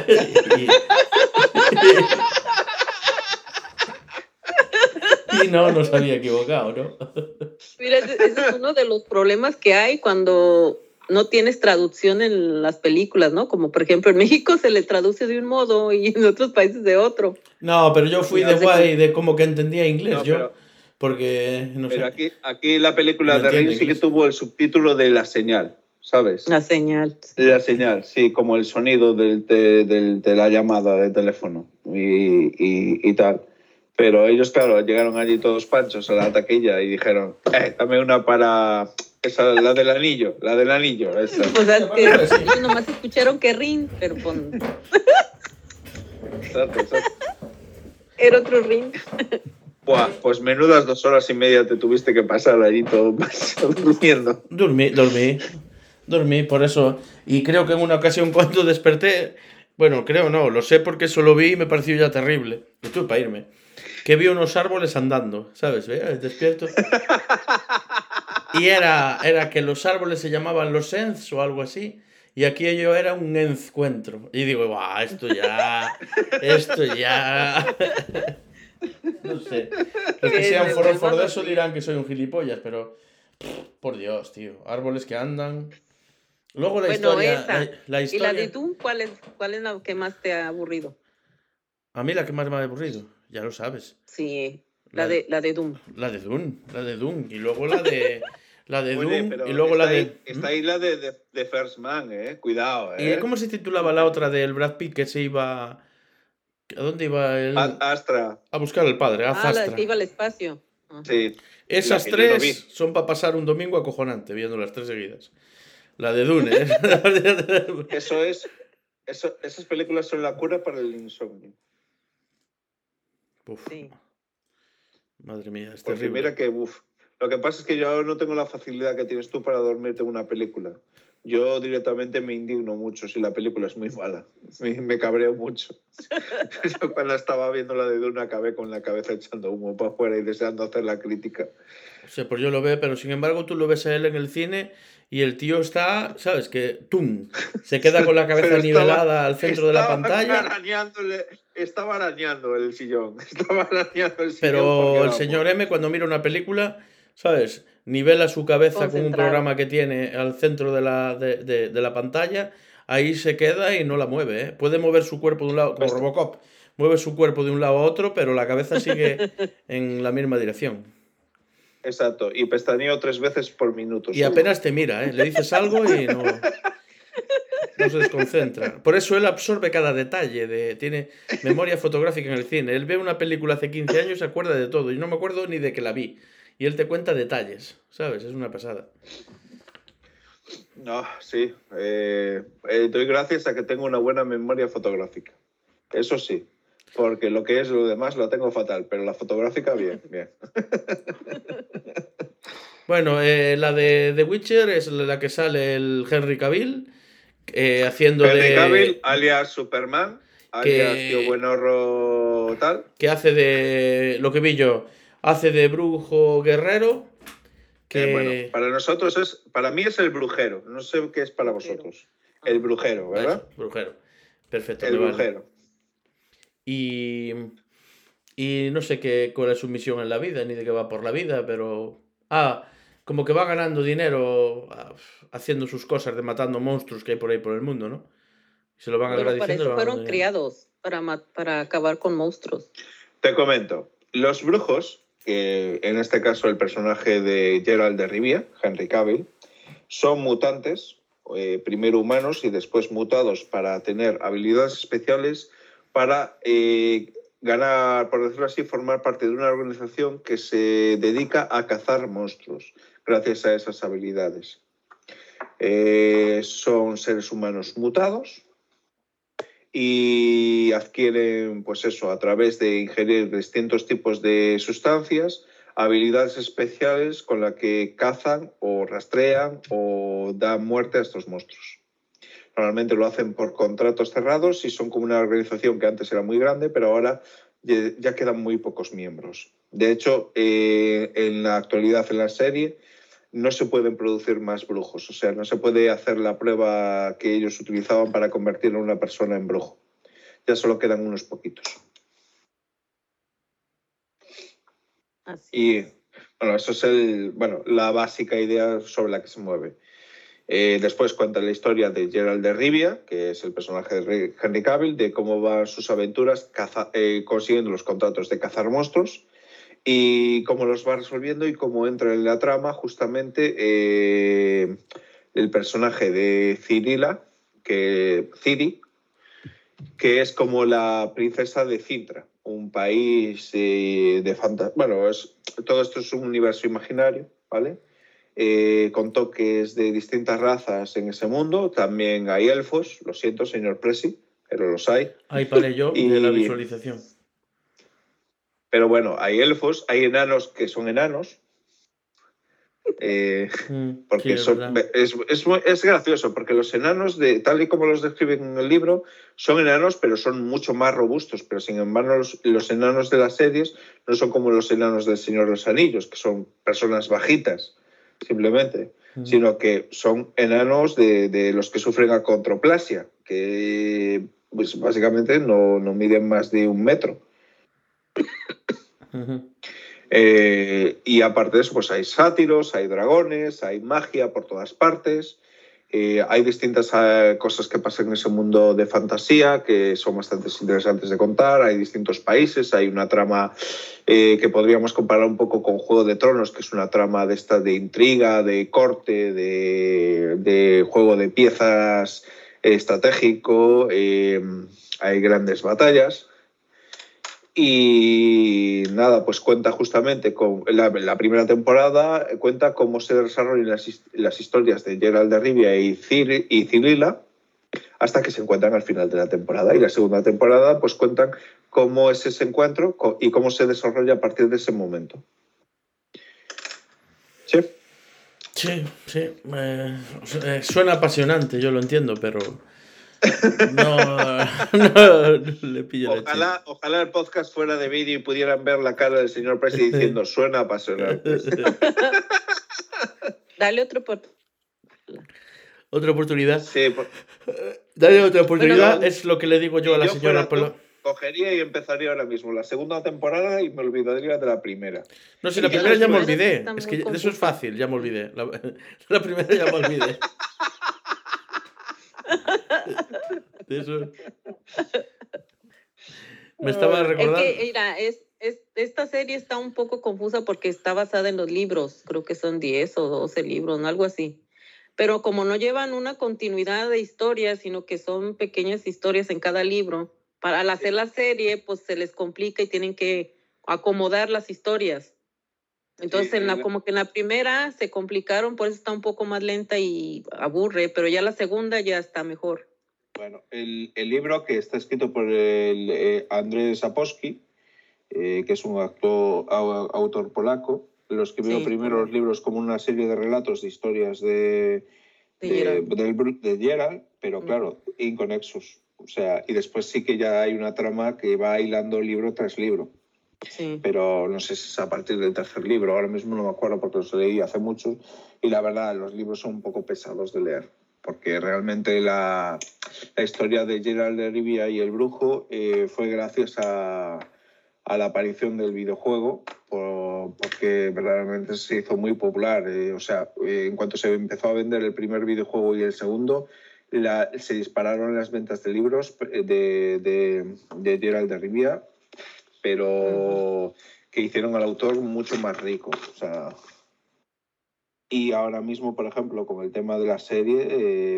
y no se había equivocado, ¿no? Mira, ese es uno de los problemas que hay cuando no tienes traducción en las películas, ¿no? Como por ejemplo en México se le traduce de un modo y en otros países de otro. No, pero yo fui No, de sí, guay, de como que entendía inglés No, yo. Porque, no pero sé, aquí la película no de entiendo Ring sí que inglés. tuvo el subtítulo de La Señal, ¿sabes? La señal. La señal, sí, como el sonido de la llamada de teléfono y tal. Pero ellos, claro, llegaron allí todos panchos a la taquilla y dijeron, dame una para... Esa, la del anillo, esa. O sea, es que ellos nomás escucharon que ring, pero Exacto. era otro ring. Buah, pues menudas 2 horas y media te tuviste que pasar allí todo durmiendo. Dormí, por eso. Y creo que en una ocasión cuando desperté, bueno, creo no, lo sé porque eso lo vi y me pareció ya terrible. Estuve para irme. Que vi unos árboles andando, ¿sabes? Despierto. Y era que los árboles se llamaban los ents o algo así. Y aquí yo era un encuentro. Y digo, ¡buah! Esto ya. No sé. Los que sean forofos de eso dirán que soy un gilipollas, pero. Por Dios, tío. Árboles que andan. Luego la Bueno, historia. esa. La ¿Y historia. la de Doom cuál es la que más te ha aburrido? A mí la que más me ha aburrido, ya lo sabes. Sí, la de Doom. La de Dune. Y luego la de. La de Oye, Dune. pero Y luego la de. está ahí la de First Man, cuidado, ¿Y cómo se titulaba la otra del Brad Pitt que se iba. ¿A dónde iba él? Astra. A buscar al padre, a la Astra. que iba al espacio. Ajá. Sí. Esas La que yo no tres vi. son para pasar un domingo acojonante, viendo las tres seguidas. La de Dune, ¿eh? Esas películas son la cura para el insomnio. Uf, Sí. madre mía, es Porque terrible. mira que, lo que pasa es que yo no tengo la facilidad que tienes tú para dormirte en una película. yo directamente me indigno mucho si la película es muy mala. Me cabreo mucho. Yo cuando estaba viendo la de Dune acabé con la cabeza echando humo para afuera y deseando hacer la crítica. O sea, pues yo lo veo, pero sin embargo tú lo ves a él en el cine y el tío está, ¿sabes? Que ¡tum! Se queda con la cabeza Pero nivelada al centro de la pantalla. Estaba arañando el sillón. Estaba arañando el sillón. Pero el señor M, cuando mira una película, ¿sabes? Nivela su cabeza con un Concentrado. programa que tiene al centro de la pantalla, ahí se queda y no la mueve, ¿eh? Puede mover su cuerpo de un lado, como Robocop, mueve su cuerpo de un lado a otro, pero la cabeza sigue en la misma dirección. Exacto, y pestaneo 3 veces por minuto. Y apenas te mira, ¿eh? Le dices algo y no se desconcentra. Por eso él absorbe cada detalle, tiene memoria fotográfica en el cine. Él ve una película hace 15 años y se acuerda de todo. Y no me acuerdo ni de que la vi. Y él te cuenta detalles, ¿sabes? Es una pasada. No, sí. Doy gracias a que tengo una buena memoria fotográfica. Eso sí. Porque lo que es lo demás lo tengo fatal, pero la fotográfica, bien, bien. Bueno, la de The Witcher es la que sale el Henry Cavill haciendo Henry Cavill, alias Superman, alias Tío Buenorro tal. Que hace de, lo que vi yo, hace de brujo guerrero. Bueno, para mí es el brujero. No sé qué es para vosotros. El brujero, ¿verdad? Eso, brujero. Perfecto. El brujero. Y no sé cuál es su misión en la vida, ni de qué va por la vida, pero... como que va ganando dinero haciendo sus cosas de matando monstruos que hay por ahí por el mundo, ¿no? Se lo van agradeciendo. Para eso fueron criados, para acabar con monstruos. Te comento. Los brujos, que en este caso el personaje de Geralt de Rivia, Henry Cavill, son mutantes, primero humanos y después mutados para tener habilidades especiales para ganar, por decirlo así, formar parte de una organización que se dedica a cazar monstruos gracias a esas habilidades. Son seres humanos mutados y adquieren, pues eso, a través de ingerir distintos tipos de sustancias, habilidades especiales con las que cazan o rastrean o dan muerte a estos monstruos. Normalmente lo hacen por contratos cerrados y son como una organización que antes era muy grande, pero ahora ya quedan muy pocos miembros. De hecho, en la actualidad en la serie no se pueden producir más brujos. O sea, no se puede hacer la prueba que ellos utilizaban para convertir a una persona en brujo. Ya solo quedan unos poquitos. Así. Y bueno, eso es la básica idea sobre la que se mueve. Después cuenta la historia de Geralt de Rivia, que es el personaje de Henry Cavill, de cómo van sus aventuras consiguiendo los contratos de cazar monstruos y cómo los va resolviendo y cómo entra en la trama justamente el personaje de Ciri, que es como la princesa de Cintra, un país de fantasía. Bueno, todo esto es un universo imaginario, ¿vale? Con toques de distintas razas en ese mundo. También hay elfos, lo siento, señor Presi, pero los hay. Ahí paré yo de la visualización. Pero bueno, hay elfos, hay enanos que son enanos. Porque sí, es gracioso, porque los enanos, tal y como los describen en el libro, son enanos, pero son mucho más robustos. Pero sin embargo, los enanos de las series no son como los enanos del Señor de los Anillos, que son personas bajitas, simplemente, sino que son enanos de los que sufren acondroplasia, que pues, básicamente no miden más de 1 metro. Y aparte de eso, pues hay sátiros, hay dragones, hay magia por todas partes. Hay distintas cosas que pasan en ese mundo de fantasía que son bastante interesantes de contar. Hay distintos países, hay una trama que podríamos comparar un poco con Juego de Tronos, que es una trama de intriga, de corte, de juego de piezas estratégico. Hay grandes batallas. Y nada, pues cuenta justamente con la primera temporada, cuenta cómo se desarrollan las historias de Geralt de Rivia y Cirila hasta que se encuentran al final de la temporada. Y la segunda temporada pues cuentan cómo es ese encuentro y cómo se desarrolla a partir de ese momento. ¿Sí? Sí. Suena apasionante, yo lo entiendo, pero no le pillo el chiste. Ojalá el podcast fuera de vídeo y pudieran ver la cara del señor Presi diciendo suena apasionante. Dale otro Otra oportunidad. Sí, Dale otra oportunidad, Bueno, es lo que le digo yo a la yo señora. fuera tú, cogería y empezaría ahora mismo la segunda temporada y me olvidaría de la primera. No, si la Ya primera las ya me primeras olvidé. están Es muy que de eso es confusas. fácil, ya me olvidé. La primera ya me olvidé. De eso. Me estaba Es recordando. que, mira, esta serie está un poco confusa porque está basada en los libros. Creo que son 10 o 12 libros, ¿no? Algo así. Pero como no llevan una continuidad de historias, sino que son pequeñas historias en cada libro, al hacer la serie, pues se les complica y tienen que acomodar las historias. Entonces, Sí, como que en la primera se complicaron, por eso está un poco más lenta y aburre, pero ya la segunda ya está mejor. Bueno, el libro que está escrito por el Andrzej Sapkowski, que es un autor polaco, lo escribió Sí, primero los libros como una serie de relatos de historias de Geralt, pero claro, inconexos. O sea, y después sí que ya hay una trama que va hilando libro tras libro. Sí. Pero no sé si es a partir del tercer libro, ahora mismo no me acuerdo porque los leí hace mucho y la verdad los libros son un poco pesados de leer porque realmente la historia de Geralt de Rivia y el brujo fue gracias a la aparición del videojuego porque verdaderamente se hizo muy popular. En cuanto se empezó a vender el primer videojuego y el segundo, se dispararon las ventas de libros de Geralt de Rivia, pero que hicieron al autor mucho más rico. O sea, y ahora mismo, por ejemplo, con el tema de la serie,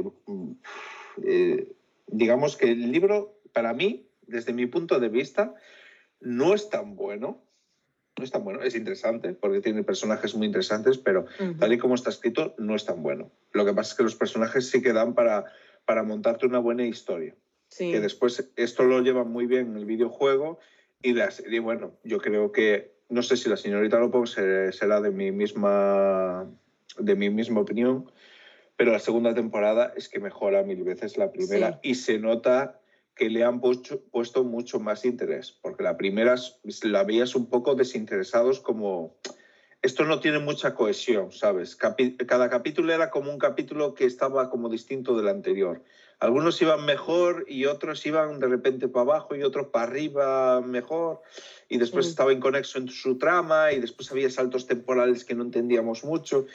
digamos que el libro, para mí, desde mi punto de vista, no es tan bueno. No es tan bueno, es interesante porque tiene personajes muy interesantes, pero tal y como está escrito, no es tan bueno. Lo que pasa es que los personajes sí que dan para montarte una buena historia. Sí. Que después esto lo llevan muy bien en el videojuego y la serie, bueno, yo creo que, no sé si la señorita Lopón será de mi misma opinión, pero la segunda temporada es que mejora 1000 veces la primera y se nota que le han puesto mucho más interés, porque la primera la veías un poco desinteresados, como esto no tiene mucha cohesión, ¿sabes? Cada capítulo era como un capítulo que estaba como distinto del anterior. Algunos iban mejor y otros iban de repente para abajo y otros para arriba mejor, y después estaba inconexo en su trama y después había saltos temporales que no entendíamos mucho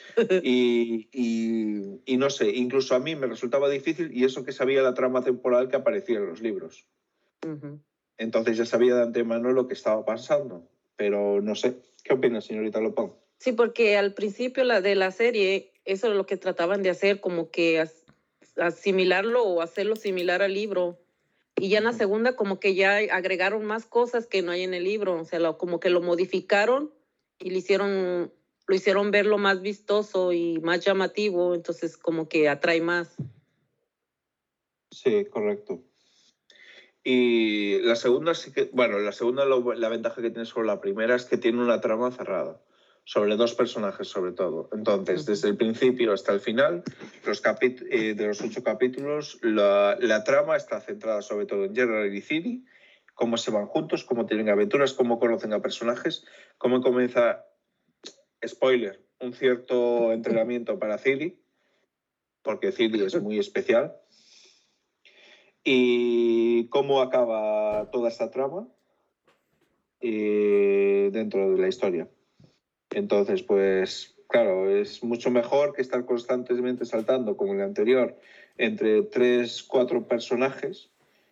y no sé, incluso a mí me resultaba difícil, y eso que sabía la trama temporal que aparecía en los libros. Entonces ya sabía de antemano lo que estaba pasando, pero no sé. ¿Qué opina, señorita Lopón? Sí, porque al principio de la serie, eso es lo que trataban de hacer, como que asimilarlo o hacerlo similar al libro. Y ya en la segunda como que ya agregaron más cosas que no hay en el libro, o sea, como que lo modificaron y lo hicieron verlo más vistoso y más llamativo, entonces como que atrae más. Sí, correcto. Y la segunda sí que, bueno, la ventaja que tiene sobre la primera es que tiene una trama cerrada, sobre 2 personajes sobre todo. Entonces, desde el principio hasta el final, de los 8 capítulos, la trama está centrada sobre todo en Geralt y Ciri, cómo se van juntos, cómo tienen aventuras, cómo conocen a personajes, cómo comienza, spoiler, un cierto entrenamiento para Ciri, porque Ciri es muy especial. Y cómo acaba toda esta trama dentro de la historia. Entonces, pues, claro, es mucho mejor que estar constantemente saltando, como en el anterior, entre 3, 4 personajes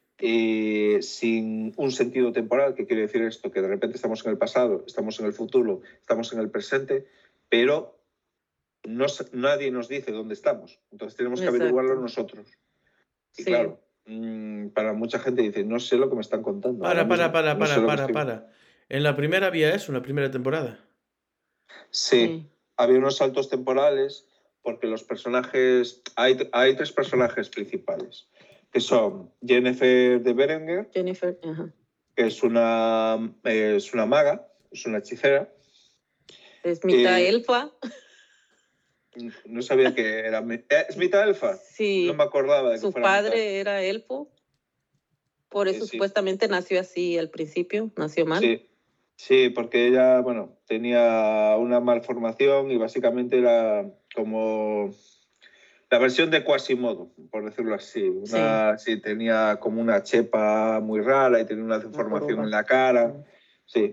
sin un sentido temporal. ¿Qué quiere decir esto? Que de repente estamos en el pasado, estamos en el futuro, estamos en el presente, pero nadie nos dice dónde estamos. Entonces tenemos que averiguarlo nosotros. Y claro, para mucha gente dice, no sé lo que me están contando. Para. En la primera había eso, en la primera temporada. Sí, había unos saltos temporales porque los personajes, hay 3 personajes principales, que son Yennefer de Berenguer, que es una maga, es una hechicera. Es mitad elfa. No sabía que era... ¿Es mitad elfa? Sí. No me acordaba de que Su fuera padre mitad. era elfo. Por eso Sí. supuestamente nació así al principio, nació mal. Sí, porque ella, bueno, tenía una malformación y básicamente era como la versión de Quasimodo, por decirlo así. Sí, tenía como una chepa muy rara y tenía una deformación en la cara. Sí.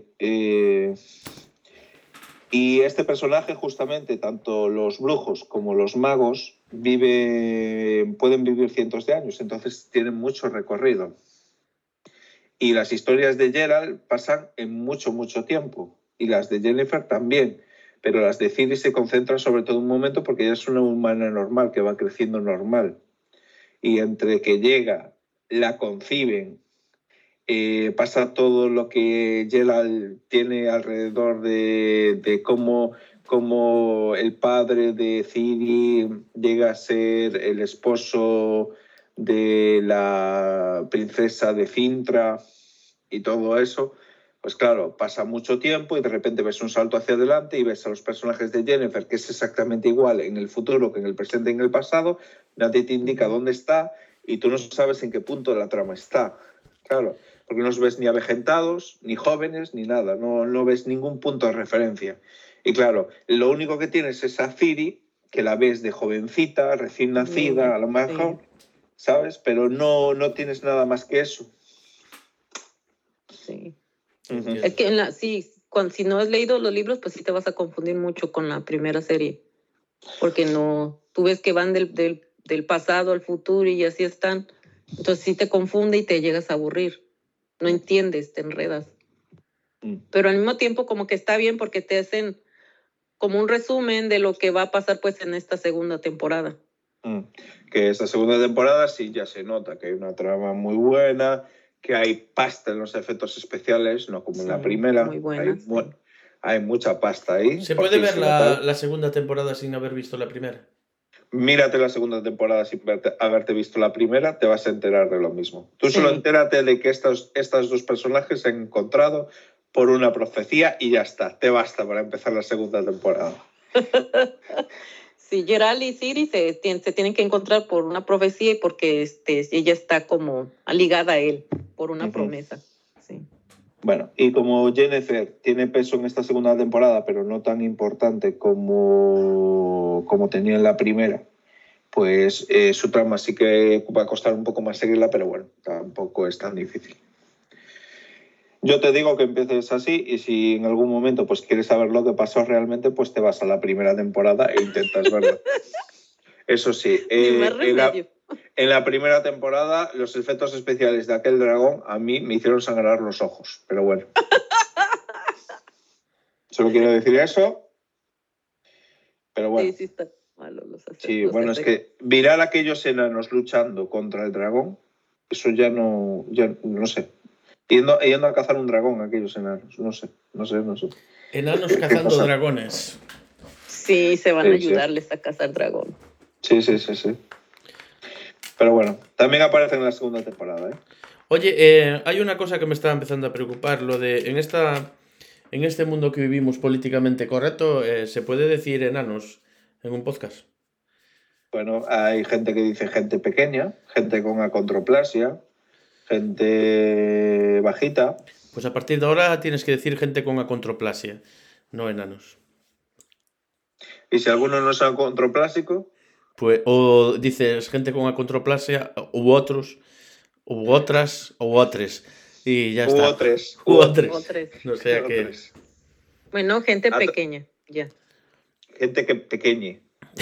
Y este personaje, justamente, tanto los brujos como los magos pueden vivir cientos de años, entonces tienen mucho recorrido. Y las historias de Geralt pasan en mucho, mucho tiempo. Y las de Jennifer también. Pero las de Ciri se concentran sobre todo un momento porque ella es una humana normal, que va creciendo normal. Y entre que llega, la conciben, pasa todo lo que Geralt tiene alrededor de cómo el padre de Ciri llega a ser el esposo de la princesa de Cintra y todo eso, pues claro, pasa mucho tiempo y de repente ves un salto hacia adelante y ves a los personajes de Jennifer, que es exactamente igual en el futuro que en el presente y en el pasado, nadie te indica dónde está y tú no sabes en qué punto de la trama está. Claro, porque no los ves ni avejentados, ni jóvenes, ni nada, no ves ningún punto de referencia. Y claro, lo único que tienes es a Ciri, que la ves de jovencita, recién nacida, a lo mejor, ¿sabes? Pero no tienes nada más que eso. Sí. Entiendo. Es que si no has leído los libros, pues sí te vas a confundir mucho con la primera serie. Porque tú ves que van del pasado al futuro y así están. Entonces sí te confunde y te llegas a aburrir. No entiendes, te enredas. Pero al mismo tiempo como que está bien porque te hacen como un resumen de lo que va a pasar pues en esta segunda temporada. Que esta segunda temporada sí ya se nota que hay una trama muy buena, que hay pasta en los efectos especiales, no como en la primera. Muy buena. Hay mucha pasta ahí. ¿Se puede ver la segunda temporada sin haber visto la primera? Mírate la segunda temporada sin haberte visto la primera, te vas a enterar de lo mismo. Tú solo entérate de que estos dos personajes se han encontrado por una profecía y ya está, te basta para empezar la segunda temporada. Sí, Geralt y Ciri se tienen que encontrar por una profecía y porque ella está como ligada a él por una promesa. Sí. Bueno, y como Jennifer tiene peso en esta segunda temporada, pero no tan importante como tenía en la primera, pues su trama sí que va a costar un poco más seguirla, pero bueno, tampoco es tan difícil. Yo te digo que empieces así y si en algún momento pues quieres saber lo que pasó realmente, pues te vas a la primera temporada e intentas verla. Eso sí, en la primera temporada los efectos especiales de aquel dragón a mí me hicieron sangrar los ojos, pero bueno. Solo quiero decir eso, pero bueno. Sí, está malo los efectos. Sí, bueno, es que mirar a aquellos enanos luchando contra el dragón, eso ya no sé. Yendo a cazar un dragón aquellos enanos, no sé. Enanos cazando dragones. Sí, se van a ayudarles a cazar dragón. Sí. Pero bueno, también aparecen en la segunda temporada, ¿eh? Oye, hay una cosa que me está empezando a preocupar, lo de en este mundo que vivimos políticamente correcto, ¿se puede decir enanos en un podcast? Bueno, hay gente que dice gente pequeña, gente con acondroplasia, gente bajita. Pues a partir de ahora tienes que decir gente con acondroplasia, no enanos. ¿Y si alguno no es acondroplásico? Pues, o dices gente con acondroplasia, u otros, u otras, u otros. Y ya está. U otros. No sé qué. Bueno, gente pequeña, ya. Gente que pequeñe.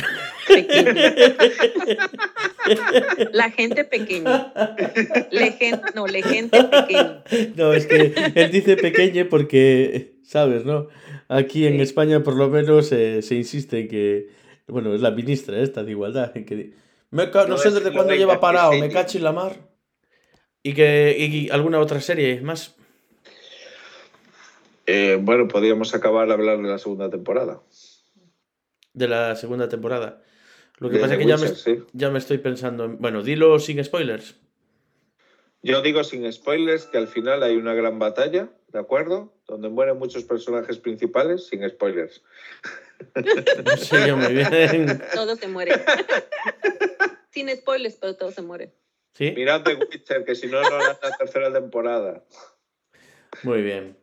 La gente pequeña. La gente pequeña. No, es que él dice pequeñe porque, ¿sabes, no? Aquí en España por lo menos se insiste en que, bueno, es la ministra esta de Igualdad, en que no sé desde cuándo lleva parado, me cacho en la mar. Y alguna otra serie más. Bueno, podríamos acabar de hablar de la segunda temporada. De la segunda temporada. Lo que pasa es que ya me estoy pensando en... Bueno, dilo sin spoilers. Yo digo sin spoilers que al final hay una gran batalla, ¿de acuerdo? Donde mueren muchos personajes principales, sin spoilers. No sé yo muy bien. Todos se mueren. Sin spoilers, pero todos se mueren. ¿Sí? Mirad The Witcher, que si no, no harán la tercera temporada. Muy bien.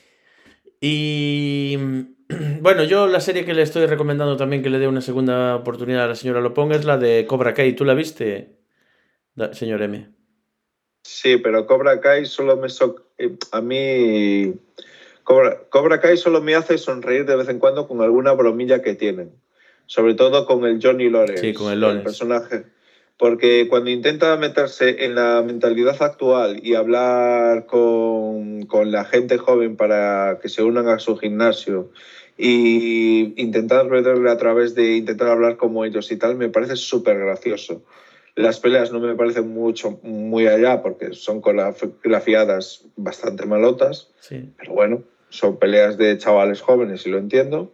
Y bueno, yo la serie que le estoy recomendando también que le dé una segunda oportunidad a la señora Lopón es la de Cobra Kai. ¿Tú la viste, señor M? Sí, pero Cobra Kai solo me... a mí... Cobra Kai solo me hace sonreír de vez en cuando con alguna bromilla que tienen. Sobre todo con el Johnny Lawrence. Sí, con el Lawrence. El personaje. Porque cuando intenta meterse en la mentalidad actual y hablar con la gente joven para que se unan a su gimnasio y intentar verle a través de intentar hablar como ellos y tal, me parece súper gracioso. Las peleas no me parecen muy allá porque son coreografiadas bastante malotas, Sí. pero bueno, son peleas de chavales jóvenes y lo entiendo.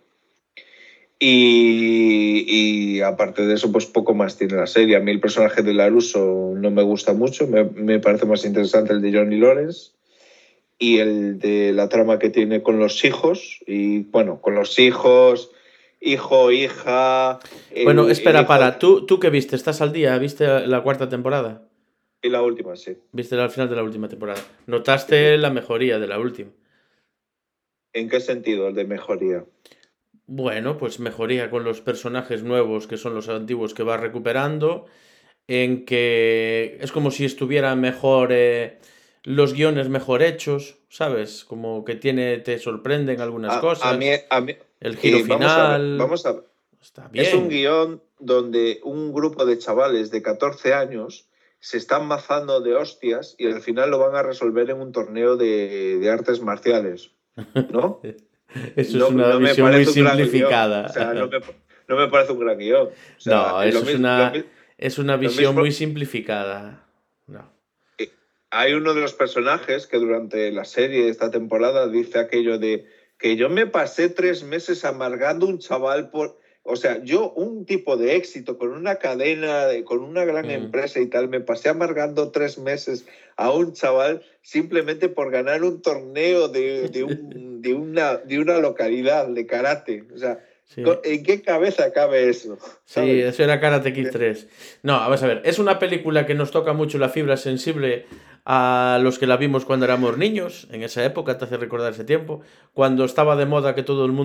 Y aparte de eso, pues poco más tiene la serie. A mí el personaje de LaRusso no me gusta mucho, me parece más interesante el de Johnny Lawrence y el de la trama que tiene con los hijos. Y bueno, con los hijos, hijo, hija... Bueno, espera, para. ¿Tú qué viste? ¿Estás al día? ¿Viste la cuarta temporada? Y la última, sí. ¿Viste al final de la última temporada? ¿Notaste la mejoría de la última? ¿En qué sentido el de mejoría? Bueno, pues mejoría con los personajes nuevos que son los antiguos que va recuperando, en que es como si estuvieran mejor, los guiones mejor hechos, ¿sabes? Como que te sorprenden algunas cosas. A mí, el giro final. Vamos a ver. Está bien. Es un guión donde un grupo de chavales de 14 años se están mazando de hostias y al final lo van a resolver en un torneo de artes marciales, ¿no? Eso es una visión muy simplificada. O sea, no me parece un gran guión. O sea, no, eso es una visión muy simplificada. No. Hay uno de los personajes que durante la serie de esta temporada dice aquello de que yo me pasé 3 meses amargando un chaval por... O sea, yo, un tipo de éxito con una cadena, con una gran empresa y tal, me pasé amargando 3 meses a un chaval simplemente por ganar un torneo de una localidad de karate. O sea, sí. ¿En qué cabeza cabe eso? ¿Sabes? Sí, eso era Karate Kid 3. No, vamos a ver, es una película que nos toca mucho la fibra sensible a los que la vimos cuando éramos niños, en esa época, te hace recordar ese tiempo, cuando estaba de moda que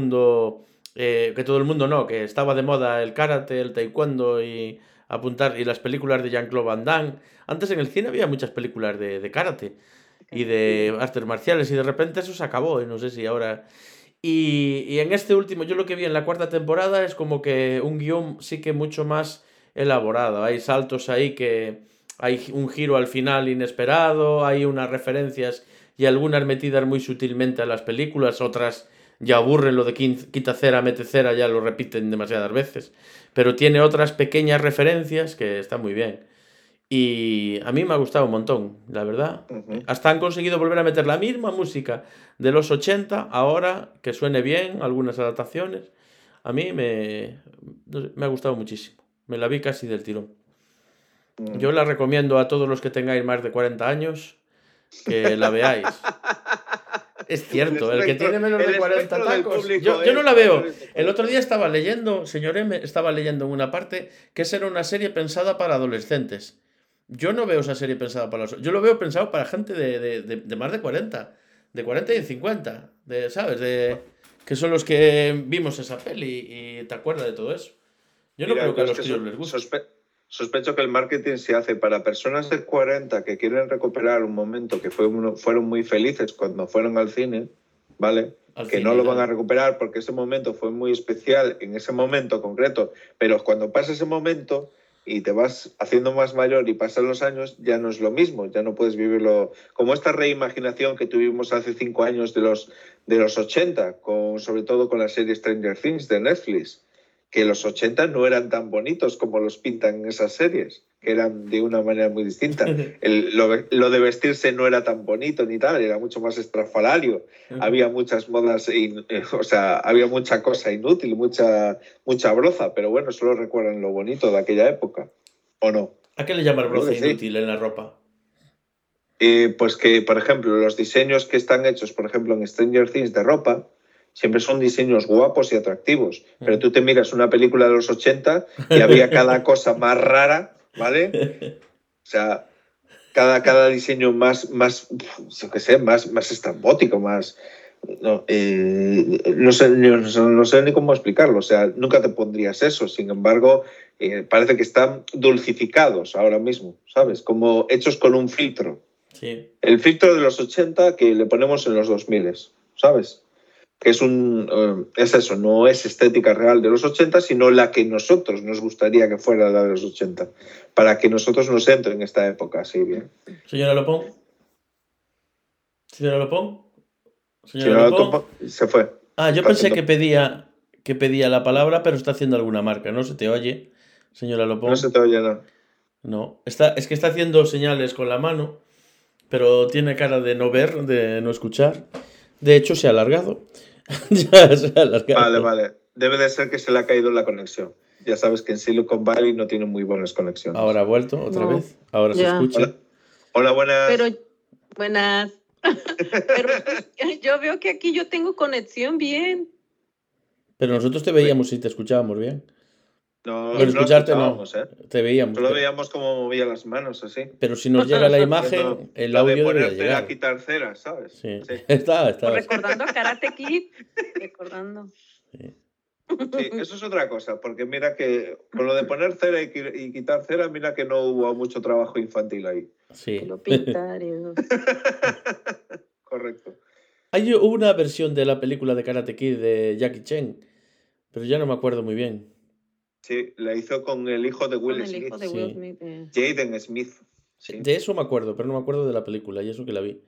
estaba de moda el karate, el taekwondo y las películas de Jean-Claude Van Damme. Antes en el cine había muchas películas de karate y de artes marciales y de repente eso se acabó, y no sé si ahora... Y en este último, yo lo que vi en la cuarta temporada es como que un guión sí que mucho más elaborado. Hay saltos ahí que... Hay un giro al final inesperado, hay unas referencias y algunas metidas muy sutilmente a las películas, otras ya aburren, lo de quita cera, mete cera, ya lo repiten demasiadas veces. Pero tiene otras pequeñas referencias que están muy bien. Y a mí me ha gustado un montón, la verdad. Hasta han conseguido volver a meter la misma música de los 80, ahora que suene bien, algunas adaptaciones. A mí me ha gustado muchísimo. Me la vi casi del tirón. Yo la recomiendo a todos los que tengáis más de 40 años que la veáis. Es cierto, el que tiene menos de 40 tacos. Yo no la veo. El otro día estaba leyendo, señor M, estaba leyendo en una parte que esa era una serie pensada para adolescentes. Yo no veo esa serie pensada para los... Yo lo veo pensado para gente de más de 40. De 40 y de 50. ¿Sabes? Que son los que vimos esa peli y te acuerdas de todo eso. Yo no creo que a los críos les guste. Sospecho que el marketing se hace para personas de 40 que quieren recuperar un momento que fueron muy felices cuando fueron al cine, ¿vale? No lo van a recuperar porque ese momento fue muy especial en ese momento concreto, pero cuando pasa ese momento y te vas haciendo más mayor y pasan los años, ya no es lo mismo, ya no puedes vivirlo como esta reimaginación que tuvimos hace 5 años de los 80, sobre todo con la serie Stranger Things de Netflix, que los 80 no eran tan bonitos como los pintan en esas series, que eran de una manera muy distinta. Lo de vestirse no era tan bonito ni tal, era mucho más estrafalario. Había muchas modas, había mucha cosa inútil, mucha broza, pero bueno, solo recuerdan lo bonito de aquella época, ¿o no? ¿A qué le llaman broza inútil en la ropa? pues que, por ejemplo, los diseños que están hechos, por ejemplo, en Stranger Things de ropa, siempre son diseños guapos y atractivos. Pero tú te miras una película de los 80 y había cada cosa más rara, ¿vale? O sea, cada diseño más yo qué sé, más estrambótico, más... No sé ni cómo explicarlo. O sea, nunca te pondrías eso. Sin embargo, parece que están dulcificados ahora mismo, ¿sabes? Como hechos con un filtro. Sí. El filtro de los 80 que le ponemos en los 2000, ¿sabes? Que es eso, no es estética real de los 80, sino la que nosotros nos gustaría que fuera la de los 80, para que nosotros nos entre en esta época, así bien. Señora Lopón. Señora Lopón. Señora Lopón se fue. Yo pensé que pedía la palabra, pero está haciendo alguna marca. No se te oye, señora Lopón. No se te oye nada. No, es que está haciendo señales con la mano, pero tiene cara de no ver, de no escuchar. De hecho, se ha alargado. Ya se ha alargado. Vale. Debe de ser que se le ha caído la conexión. Ya sabes que en Silicon Valley no tiene muy buenas conexiones. Ahora ha vuelto otra vez. Ahora Ya. se escucha. Hola, buenas. Pero, buenas. Pero yo veo que aquí yo tengo conexión bien. Pero nosotros te veíamos y te escuchábamos bien. No, Pero escucharte no. Te veíamos. Solo veíamos cómo movía las manos, así. Pero si nos llega la imagen, el audio de debería ponerte llegar. a quitar ceras, ¿sabes? Sí. Está. Recordando a Karate Kid. Recordando. Sí. Sí, eso es otra cosa, porque mira que con lo de poner cera y quitar cera, mira que no hubo mucho trabajo infantil ahí. Sí. Lo pintaron. Correcto. Hay una versión de la película de Karate Kid de Jackie Chan, pero ya no me acuerdo muy bien. Sí, la hizo con el hijo de Will Con el Smith. hijo de Will Smith. Jaden Smith. Sí. De eso me acuerdo, pero no me acuerdo de la película, y eso que la vi.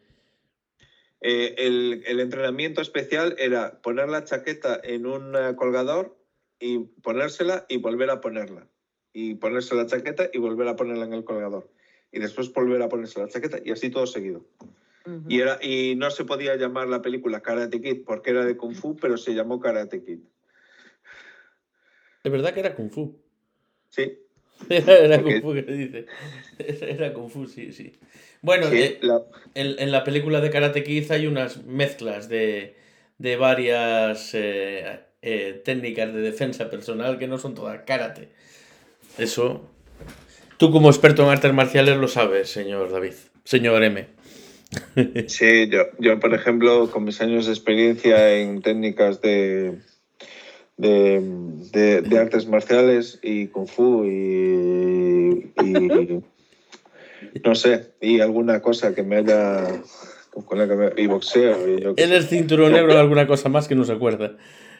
El entrenamiento especial era poner la chaqueta en un colgador y ponérsela y volver a ponerla. Y ponerse la chaqueta y volver a ponerla en el colgador. Y después volver a ponerse la chaqueta y así todo seguido. Uh-huh. Y no se podía llamar la película Karate Kid porque era de Kung Fu, pero se llamó Karate Kid. Es verdad que era Kung Fu. Sí. Era Kung Fu, que dice. Era Kung Fu, sí. Bueno, sí, en la película de Karate Kid hay unas mezclas de varias técnicas de defensa personal que no son todas karate. Eso, tú como experto en artes marciales lo sabes, señor David. Señor M. Sí, yo por ejemplo, con mis años de experiencia en técnicas de artes marciales y Kung Fu y no sé, y alguna cosa que me haya... y boxeo. Él es cinturón negro o alguna cosa más que no se acuerda.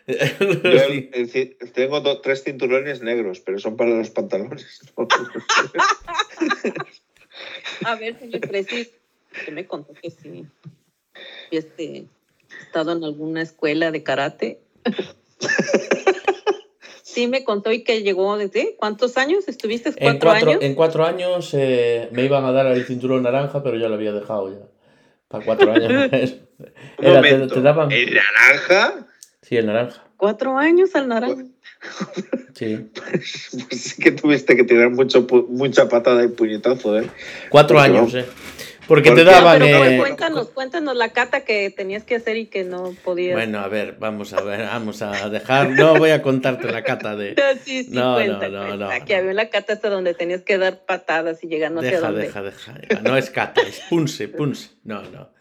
Tengo 3 cinturones negros, pero son para los pantalones. A ver, señor Precis, usted me contó que sí. Estado en alguna escuela de karate. Sí, me contó y que llegó desde... ¿Cuántos años estuviste? ¿4 años? En 4 años me iban a dar el cinturón naranja, pero ya lo había dejado ya. Para 4 años. Un momento, ¿te daban... ¿El naranja? Sí, el naranja. 4 años al naranja. Sí. Pues sí que tuviste que tirar mucha patada y puñetazo, ¿eh? 4 años, Porque te daban... Pero cuéntanos la cata que tenías que hacer y que no podías. Bueno, a ver, vamos a dejar... No voy a contarte la cata de... Sí, no. Que había una cata hasta donde tenías que dar patadas y llegar no sé a dónde. Deja. No es cata, es punse. No.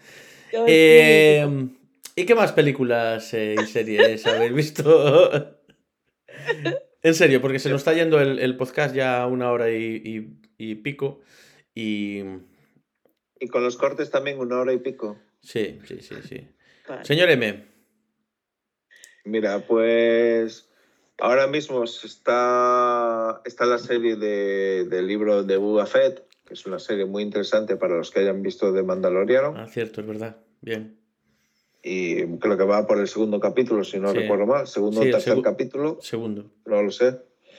¿Y qué más películas y series habéis visto? En serio, porque se nos está yendo el podcast ya 1 hora y pico. Y con los cortes también 1 hora y pico. Sí. Vale. Señor M. Mira, pues ahora mismo está la serie del libro de Boba Fett, que es una serie muy interesante para los que hayan visto The Mandaloriano. Cierto, es verdad. Bien. Y creo que va por el 2.º capítulo, si no recuerdo mal. Segundo o tercer capítulo. Segundo. No lo sé.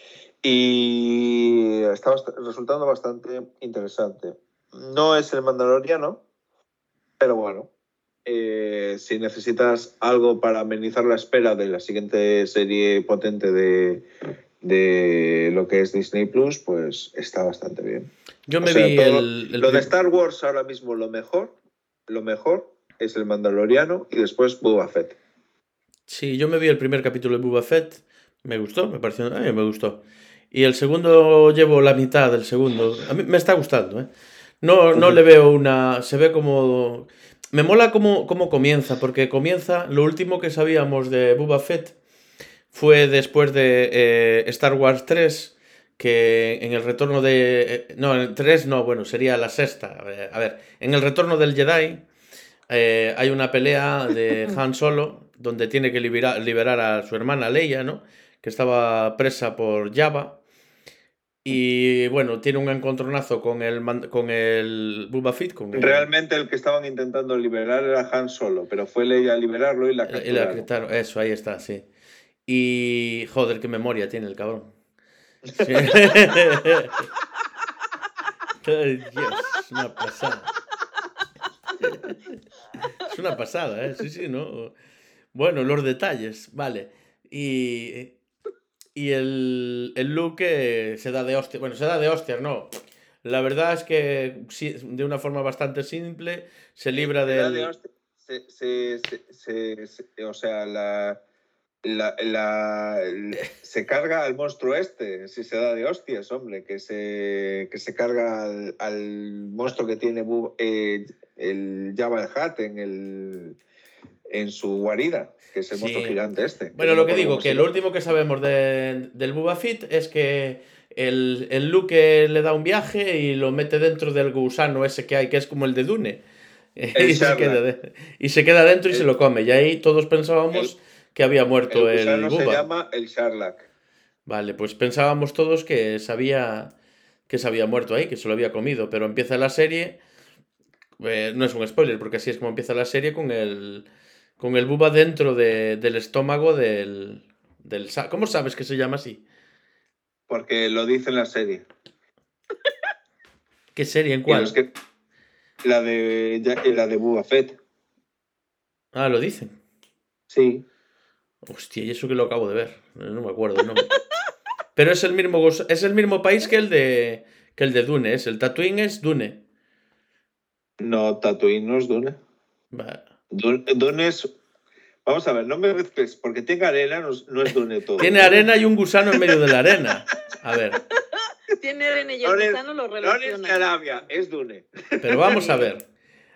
Y está resultando bastante interesante. No es el Mandaloriano, pero bueno. Si necesitas algo para amenizar la espera de la siguiente serie potente de lo que es Disney Plus, pues está bastante bien. Yo O me sea, vi todo el lo de Star Wars ahora mismo lo mejor es el Mandaloriano y después Boba Fett. Sí, yo me vi el primer capítulo de Boba Fett. Me gustó, me pareció. A mí me gustó. Y el segundo llevo la mitad del segundo. A mí me está gustando, ¿eh? No le veo una. Se ve como. Me mola cómo comienza, porque comienza. Lo último que sabíamos de Boba Fett fue después de Star Wars 3, que en el retorno de... no, en el 3 no, bueno, sería la sexta. A ver, en el retorno del Jedi hay una pelea de Han Solo donde tiene que liberar a su hermana Leia, ¿no? Que estaba presa por Jabba. Y bueno, tiene un encontronazo con el Boba Fett. Realmente el que estaban intentando liberar era Han Solo, pero fue Leia a liberarlo y la capturaron. Eso, ahí está, sí. Y joder, qué memoria tiene el cabrón. Sí. Ay, Dios, es una pasada. Es una pasada, ¿eh? Sí, sí, ¿no? Bueno, los detalles, vale. Y el Luke se da de hostia. Bueno, se da de hostias, no. La verdad es que sí, de una forma bastante simple se libra del... O sea, se carga al monstruo este, si se da de hostias, hombre, que se carga al monstruo que tiene el Jabba el Hutt en su guarida, que es el monstruo gigante este. Bueno, lo que digo, que lo último que sabemos del Boba Fett es que el Luke le da un viaje y lo mete dentro del gusano ese que hay, que es como el de Dune. Y se queda dentro y se lo come. Y ahí todos pensábamos que había muerto el gusano Bubba. Se llama el Sarlacc. Vale, pues pensábamos todos que se había muerto ahí, que se lo había comido, pero empieza la serie, no es un spoiler, porque así es como empieza la serie con el Bubba dentro del estómago del... ¿Cómo sabes que se llama así? Porque lo dice en la serie. ¿Qué serie? ¿En cuál? La de Boba Fett. Ah, ¿lo dicen? Sí. Hostia, y eso que lo acabo de ver. No me acuerdo el nombre. Pero es el mismo país que el de Dune. El Tatooine es Dune. No, Tatooine no es Dune. Dune es... Vamos a ver, no me mezcles, porque tenga arena no es Dune todo. Tiene arena y un gusano en medio de la arena. A ver. Tiene arena y el gusano lo relaciona. No es Arabia, es Dune. Pero vamos a ver.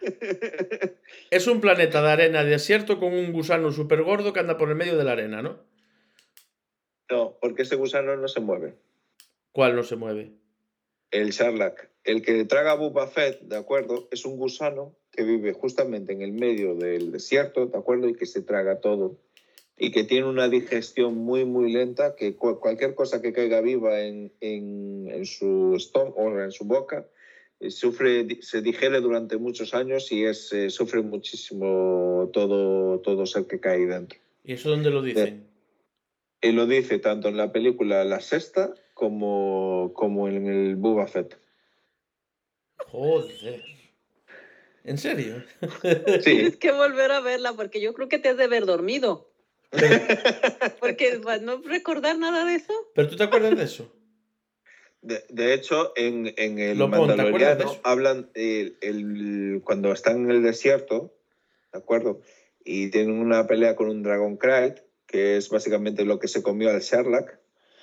Es un planeta de arena desierto con un gusano súper gordo que anda por el medio de la arena, ¿no? No, porque ese gusano no se mueve. ¿Cuál no se mueve? El Sarlacc. El que traga Boba Fett, ¿de acuerdo? Es un gusano que vive justamente en el medio del desierto, ¿de acuerdo? Y que se traga todo. Y que tiene una digestión muy, muy lenta, que cualquier cosa que caiga viva en su estómago o en su boca, se digiere durante muchos años y sufre muchísimo todo ser que cae dentro. ¿Y eso dónde lo dicen? Y lo dice tanto en la película La Sexta como en el Boba Fett. Joder. ¿En serio? Sí. Tienes que volver a verla porque yo creo que te has de haber dormido. Porque no recordar nada de eso. ¿Pero tú te acuerdas de eso? De hecho, en el Mandaloriano hablan cuando están en el desierto, ¿de acuerdo? Y tienen una pelea con un Dragon Krayt, que es básicamente lo que se comió al Sarlacc.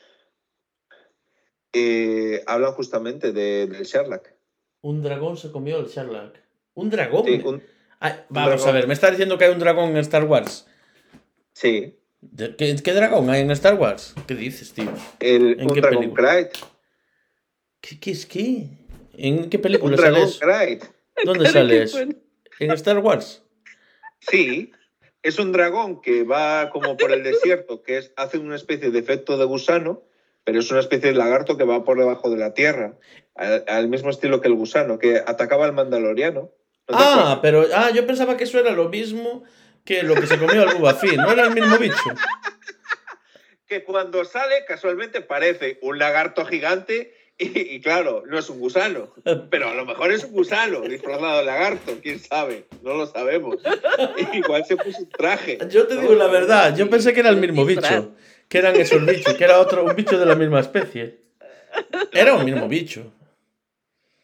Hablan justamente del Sarlacc. Un dragón se comió el Sarlacc. ¿Un dragón? Sí, vamos a ver, ¿me estás diciendo que hay un dragón en Star Wars? Sí. ¿Qué dragón hay en Star Wars? ¿Qué dices, tío? Un Dragon Krayt. ¿Qué es qué? ¿En qué película sale eso? Krayt. ¿Dónde sale eso? ¿En Star Wars? Sí. Es un dragón que va como por el desierto, que hace una especie de efecto de gusano, pero es una especie de lagarto que va por debajo de la tierra, al mismo estilo que el gusano, que atacaba al Mandaloriano. Pero yo pensaba que eso era lo mismo que lo que se comió al Boba Fett, ¿no era el mismo bicho? Que cuando sale, casualmente parece un lagarto gigante y claro, no es un gusano, pero a lo mejor es un gusano disfrazado de lagarto, quién sabe, no lo sabemos. Igual se puso un traje. Yo te digo la verdad, yo pensé que era el mismo bicho, que eran esos bichos, que era un bicho de la misma especie. Era un mismo bicho.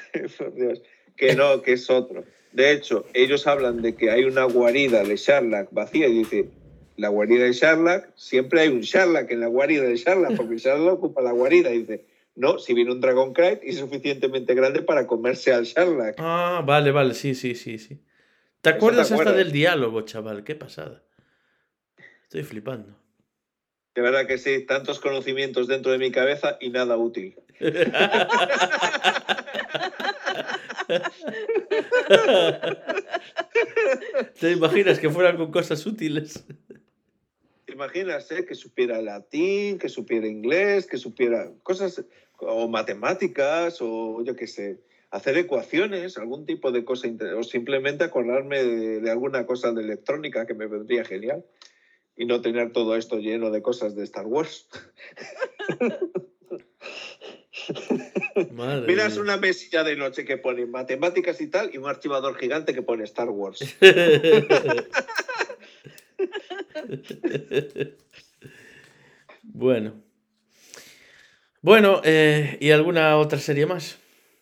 Por Dios. Que no, que es otro. De hecho, ellos hablan de que hay una guarida de Sherlock vacía y dice, la guarida de Sherlock, siempre hay un Sherlock en la guarida de Sherlock, porque Sherlock ocupa la guarida. Y dice, no, si viene un Dragon Knight y es suficientemente grande para comerse al Sherlock. Ah, vale, sí. ¿Te Eso te acuerdas hasta acuerdas. del diálogo, chaval? Qué pasada. Estoy flipando. De verdad que sí, tantos conocimientos dentro de mi cabeza y nada útil. ¿Te imaginas que fueran con cosas útiles? ¿Te imaginas, que supiera latín, que supiera inglés, que supiera cosas o matemáticas o yo qué sé, hacer ecuaciones, algún tipo de cosa, o simplemente acordarme de alguna cosa de electrónica que me vendría genial y no tener todo esto lleno de cosas de Star Wars? Madre Miras mía. una mesilla de noche que pone matemáticas y tal y un archivador gigante que pone Star Wars. Bueno, ¿y alguna otra serie más?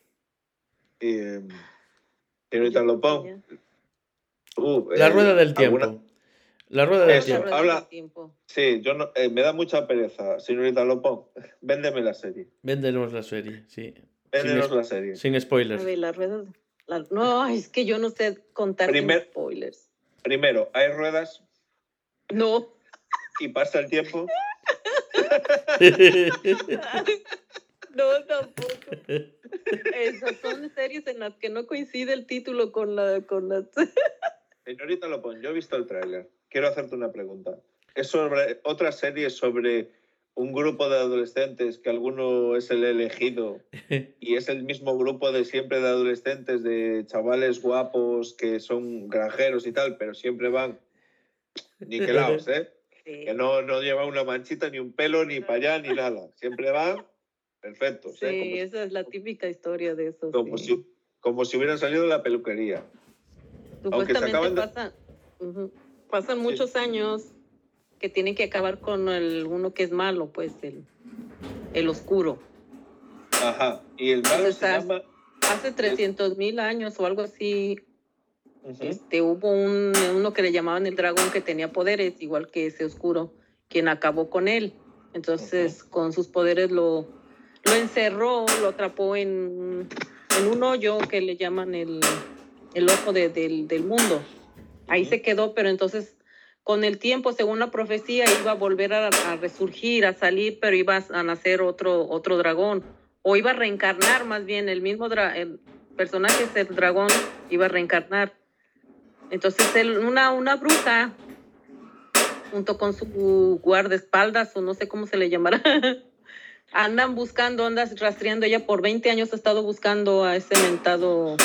Señorita Lopón. La Rueda del Tiempo. ¿alguna? La Rueda del Eso, Tiempo. habla. Sí, yo no, me da mucha pereza, señorita Lopón. Véndeme la serie. Véndenos la serie, sí. Véndenos la serie. Sin spoilers. A ver, las ruedas. No, es que yo no sé contar sin spoilers. Primero, ¿hay ruedas No. y pasa el tiempo? No, tampoco. Esas son series en las que no coincide el título con la... Señorita Lopón, yo he visto el tráiler. Quiero hacerte una pregunta. Es sobre otra serie sobre un grupo de adolescentes que alguno es el elegido y es el mismo grupo de siempre de adolescentes, de chavales guapos que son granjeros y tal, pero siempre van niquelados, ¿eh? Sí. Que no lleva una manchita, ni un pelo, ni para allá, ni nada. Siempre van perfectos. Sí, ¿eh? Esa es la típica historia de eso. Como si hubieran salido de la peluquería. Supuestamente pasan muchos años que tienen que acabar con uno que es malo, pues el oscuro. Ajá, y el malo se llama... Hace 300,000 años o algo así, hubo uno que le llamaban el dragón que tenía poderes, igual que ese oscuro, quien acabó con él. Entonces, con sus poderes lo encerró, lo atrapó en un hoyo que le llaman el ojo del mundo. Ahí se quedó, pero entonces con el tiempo, según la profecía, iba a volver a resurgir, a salir, pero iba a nacer otro dragón, o iba a reencarnar más bien, el mismo el personaje, ese dragón, iba a reencarnar. Entonces una bruja, junto con su guardaespaldas, o no sé cómo se le llamará, andan rastreando. Ella por 20 años ha estado buscando a ese mentado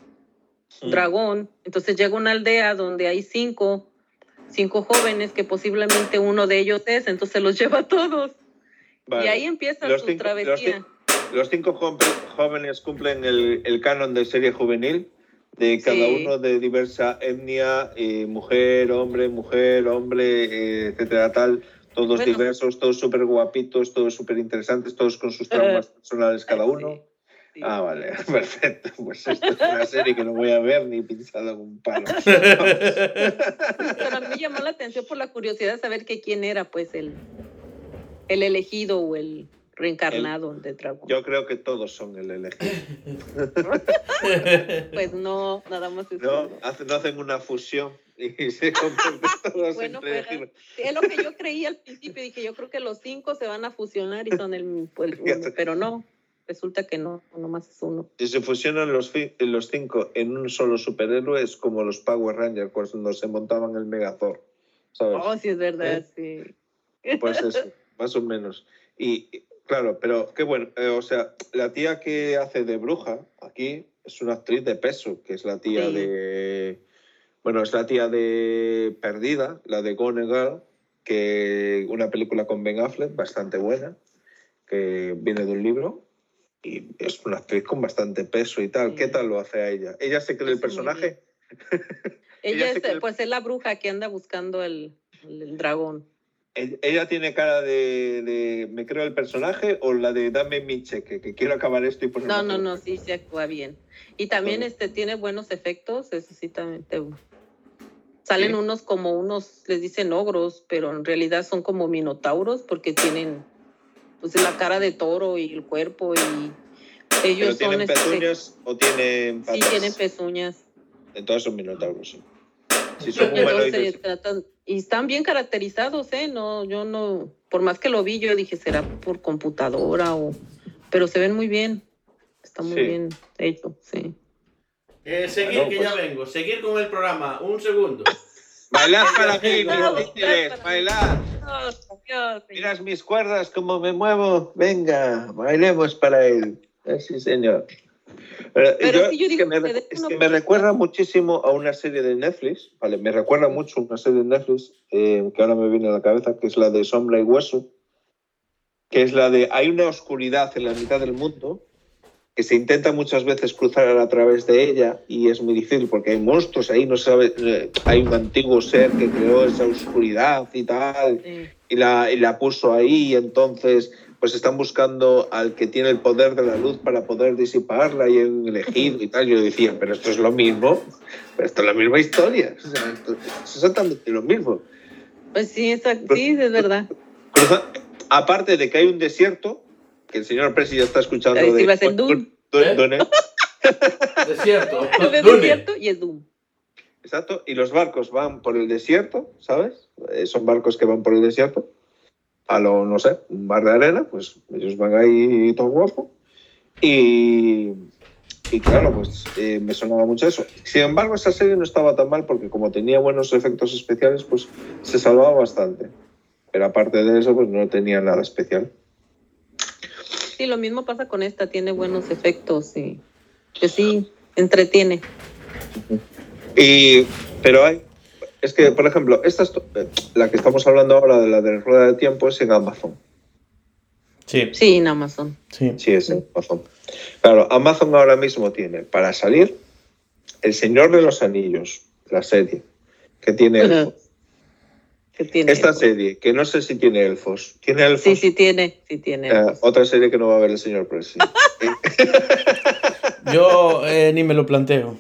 dragón. Entonces llega a una aldea donde hay cinco jóvenes que posiblemente uno de ellos es, entonces los lleva a todos. Vale. Y ahí empieza su travesía. Los 5 jóvenes cumplen el canon de serie juvenil, de cada uno de diversa etnia, mujer, hombre, etcétera, tal, todos diversos, todos súper guapitos, todos súper interesantes, todos con sus traumas personales cada uno. Sí. Ah, vale, perfecto. Pues esto es una serie que no voy a ver ni pinchado con un palo. Pero a mí llamó la atención por la curiosidad de saber que quién era, pues, el elegido o el reencarnado de dragón. Yo creo que todos son el elegido. Pues no, nada más eso. No hacen una fusión y se convierten todos en elegidos. Es lo que yo creí al principio. Dije, yo creo que los 5 se van a fusionar y son uno, pero no. Resulta que no, nomás es uno. Si se fusionan los 5 en un solo superhéroe, es como los Power Rangers cuando se montaban el Megazord, ¿sabes? Oh, sí, es verdad, sí. Pues eso, más o menos. Y claro, pero qué bueno. O sea, la tía que hace de bruja aquí es una actriz de peso, que es la tía de... Bueno, es la tía de Perdida, la de Gone Girl, que una película con Ben Affleck, bastante buena, que viene de un libro. Y es una actriz con bastante peso y tal. Sí. ¿Qué tal lo hace a ella? ¿Ella se cree el personaje? Ella es la bruja que anda buscando el dragón. ella tiene cara de me creo el personaje o la de dame mi cheque, que quiero acabar esto y ponerme. No, sí se actúa bien. Y también tiene buenos efectos, eso sí también salen unos, les dicen ogros, pero en realidad son como minotauros porque tienen pues la cara de toro y el cuerpo y ellos ¿Pero tienen pezuñas o tienen patas? Sí, tienen pezuñas. Entonces son minotauros, sí. Si son humanoides. Y están bien caracterizados, No, yo no, por más que lo vi, yo dije, será por computadora pero se ven muy bien. Está muy bien hecho, sí. Seguir, que ya vengo. Seguir con el programa. Un segundo. Bailad para mí, mis títeres, bailad. Dios. Miras mis cuerdas, cómo me muevo. Venga, bailemos para él. Sí, señor. Pero sí, me recuerda muchísimo a una serie de Netflix, ¿vale? Me recuerda mucho a una serie de Netflix que ahora me viene a la cabeza, que es la de Sombra y Hueso, que es la de hay una oscuridad en la mitad del mundo que se intenta muchas veces cruzar a través de ella y es muy difícil porque hay monstruos ahí, no sabe, hay un antiguo ser que creó esa oscuridad y tal, y la puso ahí, y entonces pues están buscando al que tiene el poder de la luz para poder disiparla y han elegido y tal. Yo decía, pero esto es lo mismo, pero esto es la misma historia, o sea, esto es exactamente lo mismo. Pues sí, sí, es verdad. Aparte de que hay un desierto, que el señor Presi ya está escuchando. Si va a ser Doom. Desierto. Desierto y es Doom. Exacto, y los barcos van por el desierto, ¿sabes? Son barcos que van por el desierto, a lo, no sé, un bar de arena, pues ellos van ahí todo guapo. Y claro, pues me sonaba mucho eso. Sin embargo, esa serie no estaba tan mal porque como tenía buenos efectos especiales, pues se salvaba bastante. Pero aparte de eso, pues no tenía nada especial. Sí, lo mismo pasa con esta, tiene buenos efectos y que sí, entretiene. Pero es que, por ejemplo, la que estamos hablando ahora de la de Rueda de Tiempo es en Amazon. Sí. Sí, en Amazon. Sí, es en Amazon. Claro, Amazon ahora mismo tiene para salir El Señor de los Anillos, la serie, que tiene elfos. Esta serie, que no sé si tiene elfos. ¿Tiene elfos? Sí tiene elfos. Otra serie que no va a ver el señor Presi. Yo ni me lo planteo.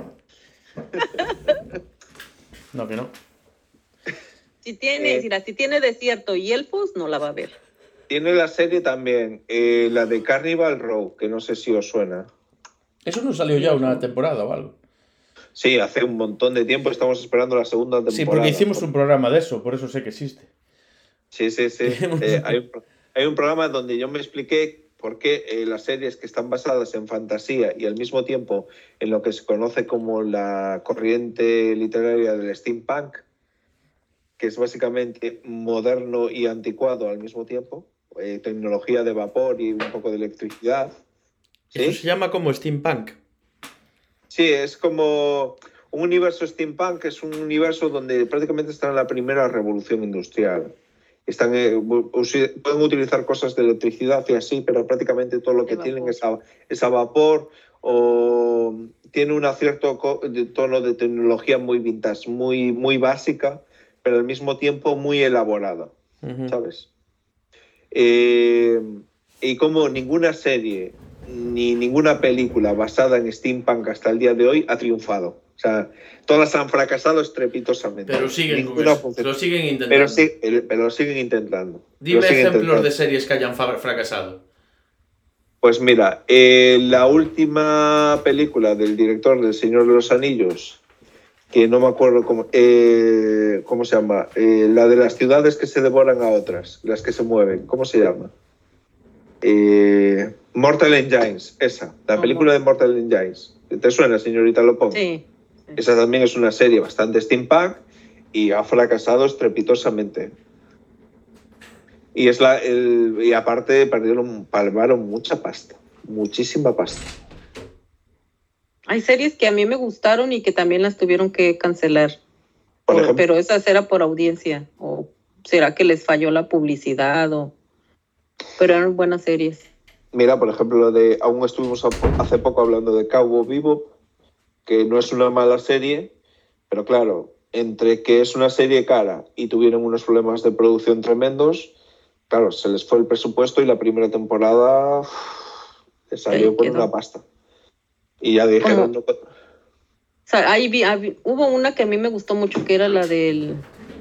No, que no. Si tiene desierto y elfos, no la va a ver. Tiene la serie también, la de Carnival Row, que no sé si os suena. ¿Eso no salió ya una temporada o algo? Sí, hace un montón de tiempo estamos esperando la segunda temporada. Sí, porque hicimos un programa de eso, por eso sé que existe. Sí. Hay un programa donde yo me expliqué por qué las series que están basadas en fantasía y al mismo tiempo en lo que se conoce como la corriente literaria del steampunk, que es básicamente moderno y anticuado al mismo tiempo, tecnología de vapor y un poco de electricidad. ¿Sí? Eso se llama como steampunk. Sí, es como un universo steampunk, es un universo donde prácticamente está en la primera revolución industrial. Pueden utilizar cosas de electricidad y así, pero prácticamente todo lo que tienen es a vapor o tiene un cierto tono de tecnología muy vintage, muy, muy básica, pero al mismo tiempo muy elaborada, ¿sabes? Y como ninguna serie ni ninguna película basada en steampunk hasta el día de hoy ha triunfado. O sea, todas han fracasado estrepitosamente. Pero siguen con eso. Lo siguen intentando. Pero lo siguen intentando. Dime ejemplos de series que hayan fracasado. Pues mira, la última película del director del Señor de los Anillos, que no me acuerdo cómo se llama, la de las ciudades que se devoran a otras, las que se mueven, ¿cómo se llama? Mortal Engines, esa, la película de Mortal Engines. ¿Te suena, señorita Lopón? Sí. Esa también es una serie bastante steampunk y ha fracasado estrepitosamente. Y aparte palmaron mucha pasta, muchísima pasta. Hay series que a mí me gustaron y que también las tuvieron que cancelar. Pero esas era por audiencia. ¿O será que les falló la publicidad? Pero eran buenas series. Mira, por ejemplo, aún estuvimos hace poco hablando de Cowboy Bebop, que no es una mala serie, pero claro, entre que es una serie cara y tuvieron unos problemas de producción tremendos, claro, se les fue el presupuesto y la primera temporada le salió por una pasta. Y ya dijeron... No, o sea, hubo una que a mí me gustó mucho, que era la del...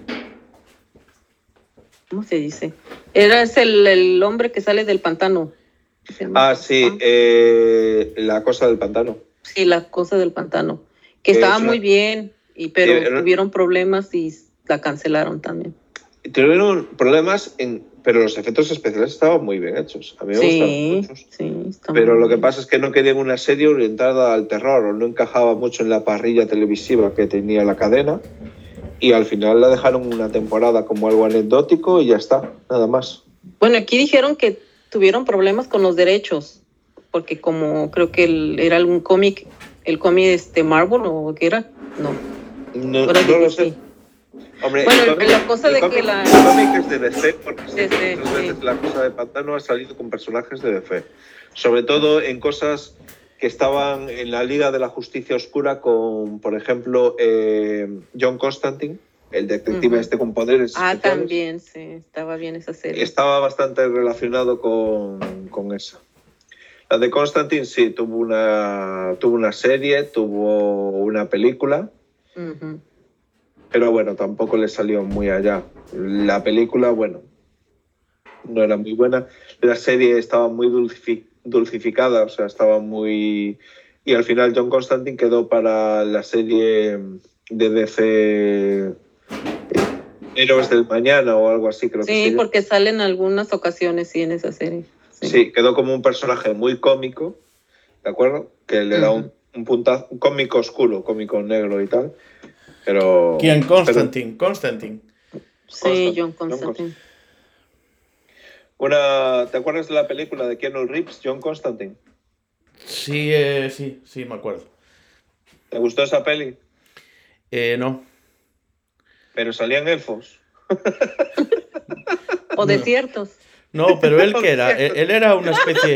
¿Cómo se dice? Es el hombre que sale del pantano. Sí, La cosa del pantano. Sí, La cosa del pantano. Que estaba muy bien, pero tuvieron problemas y la cancelaron también. Tuvieron problemas, pero los efectos especiales estaban muy bien hechos. A mí me gustaron muchos. Sí, pero lo que pasa es que no querían una serie orientada al terror, o no encajaba mucho en la parrilla televisiva que tenía la cadena, y al final la dejaron una temporada como algo anecdótico y ya está, nada más. Bueno, aquí dijeron que tuvieron problemas con los derechos, porque como creo que era algún cómic, el cómic Marvel o qué era, no lo sé. Hombre, bueno, la cosa de que el cómic es de DC, porque muchas veces La cosa de pantano ha salido con personajes de DC, sobre todo en cosas que estaban en la Liga de la Justicia Oscura con, por ejemplo, John Constantine, el detective con poderes especiales. También, sí, estaba bien esa serie. Estaba bastante relacionado con esa. La de Constantine sí, tuvo una serie, tuvo una película, pero bueno, tampoco le salió muy allá. La película, bueno, no era muy buena. La serie estaba muy dulcificada, o sea, estaba muy... Y al final John Constantine quedó para la serie de DC Héroes del Mañana o algo así, creo que sí. Sí, porque sale en algunas ocasiones, sí, en esa serie. Sí, quedó como un personaje muy cómico, ¿de acuerdo? Que le da un puntazo, un cómico oscuro, cómico negro y tal, pero... ¿Quién? Constantine. Sí, John Constantine. ¿Te acuerdas de la película de Keanu Reeves, John Constantine? Sí, me acuerdo. ¿Te gustó esa peli? No. Pero salían elfos. O desiertos. No, pero él ¿qué era? Él era una especie...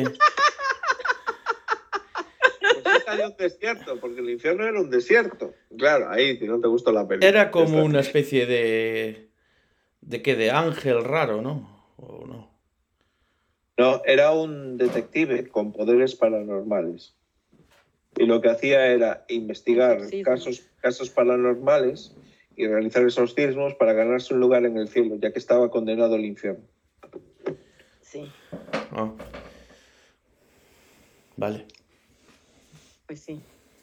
Pues salió un desierto, porque el infierno era un desierto. Claro, ahí, si no te gustó la peli. Era como una especie de... ¿De qué? De ángel raro, ¿no? ¿O no? No, era un detective con poderes paranormales. Y lo que hacía era investigar casos paranormales y realizar exorcismos para ganarse un lugar en el cielo, ya que estaba condenado al infierno. Sí. Vale. Pues sí.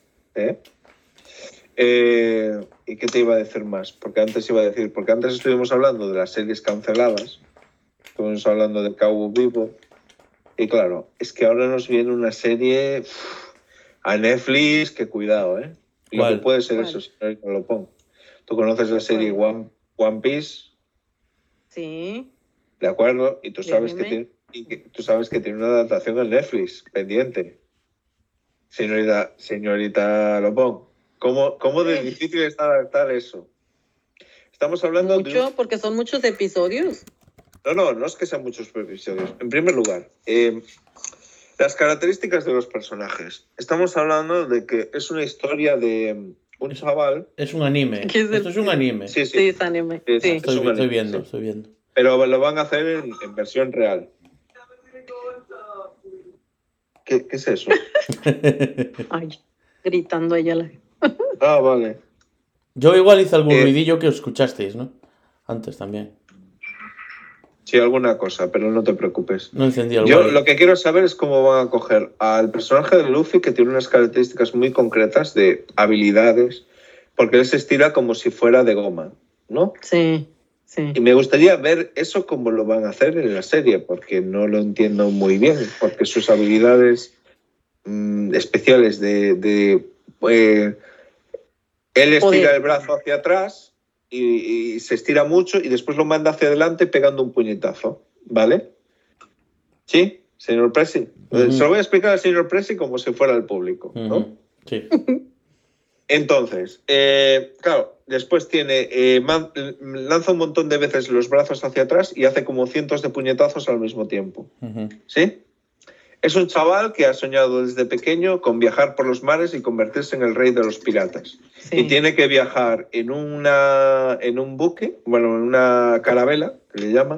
¿Y qué te iba a decir más? Porque antes estuvimos hablando de las series canceladas, estuvimos hablando de Cabo Vivo, y claro, es que ahora nos viene una serie a Netflix, que cuidado, ¿eh? Y lo que puede ser eso, si no lo pongo. ¿Tú conoces la serie One Piece? Sí. ¿De acuerdo? Y tú sabes que tiene una adaptación en Netflix pendiente. Señorita Lopón, ¿cómo de difícil está adaptar eso? Estamos hablando mucho, porque son muchos episodios. No es que sean muchos episodios. En primer lugar, las características de los personajes. Estamos hablando de que es una historia de un chaval... Es un anime. Esto es un anime. Sí, es anime. Sí. Estoy viendo. Pero lo van a hacer en versión real. ¿Qué es eso? Ay, gritando ella. Vale. Yo igual hice algún ruidillo que os escuchasteis, ¿no? Antes también. Sí, alguna cosa, pero no te preocupes. No encendí el Yo lo que quiero saber es cómo van a coger al personaje de Luffy, que tiene unas características muy concretas de habilidades, porque él se estira como si fuera de goma, ¿no? Sí. Y me gustaría ver eso cómo lo van a hacer en la serie, porque no lo entiendo muy bien, porque sus habilidades especiales él estira el brazo hacia atrás y se estira mucho y después lo manda hacia adelante pegando un puñetazo, ¿vale? ¿Sí, señor Presi? Se lo voy a explicar al señor Presi como si fuera el público, ¿no? Sí. Entonces, claro, después lanza un montón de veces los brazos hacia atrás y hace como cientos de puñetazos al mismo tiempo. ¿Sí? Es un chaval que ha soñado desde pequeño con viajar por los mares y convertirse en el rey de los piratas. Sí. Y tiene que viajar en un buque, bueno, en una carabela, que le llaman,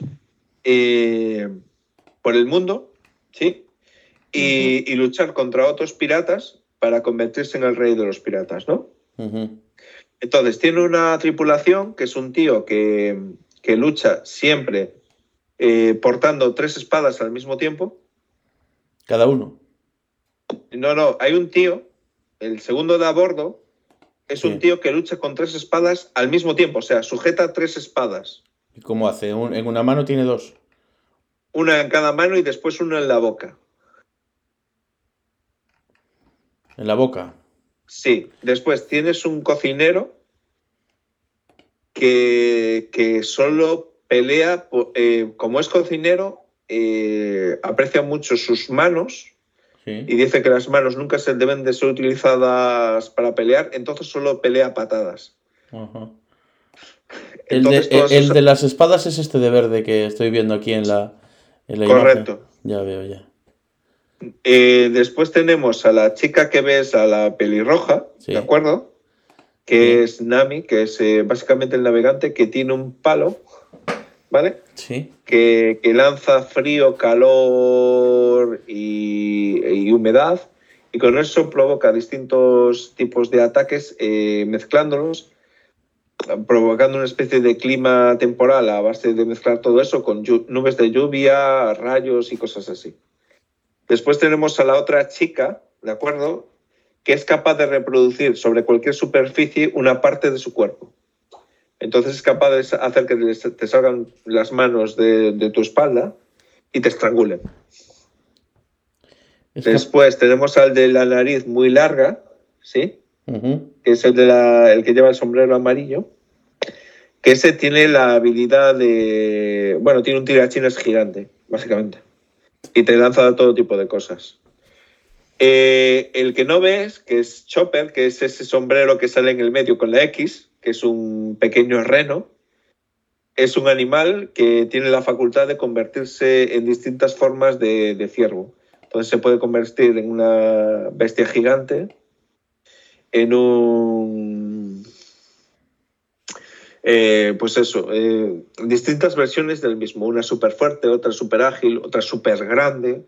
por el mundo, ¿sí? Y luchar contra otros piratas para convertirse en el rey de los piratas, ¿no? Ujú. Entonces, tiene una tripulación que es un tío que lucha siempre portando 3 espadas al mismo tiempo. Cada uno. No, hay un tío, el segundo de a bordo, es Sí. un tío que lucha con 3 espadas al mismo tiempo, o sea, sujeta 3 espadas. ¿Y cómo hace? En una mano tiene 2. Una en cada mano y después una en la boca. En la boca. Sí, después tienes un cocinero que solo pelea, como es cocinero, aprecia mucho sus manos Sí. y dice que las manos nunca se deben de ser utilizadas para pelear, entonces solo pelea patadas. Ajá. Entonces, todas El esas- de las espadas es este de verde que estoy viendo aquí en la Correcto. imagen. Ya veo, ya. Después tenemos a la chica que ves, a la pelirroja, Sí. ¿de acuerdo? Que Sí. es Nami, que es básicamente el navegante que tiene un palo, ¿vale? Sí. Que lanza frío, calor y humedad, y con eso provoca distintos tipos de ataques, mezclándolos, provocando una especie de clima temporal a base de mezclar todo eso con nubes de lluvia, rayos y cosas así. Después tenemos a la otra chica, ¿de acuerdo?, que es capaz de reproducir sobre cualquier superficie una parte de su cuerpo. Entonces es capaz de hacer que te salgan las manos de tu espalda y te estrangulen. Después tenemos al de la nariz muy larga, ¿sí? Ujú. Que es el que lleva el sombrero amarillo, que ese tiene la habilidad de... Bueno, tiene un tirachinas gigante, básicamente, y te lanza todo tipo de cosas. El que no ves, que es Chopper, que es ese sombrero que sale en el medio con la X, que es un pequeño reno, es un animal que tiene la facultad de convertirse en distintas formas de ciervo. Entonces se puede convertir en una bestia gigante, en un... pues eso, distintas versiones del mismo. Una súper fuerte, otra súper ágil, otra súper grande.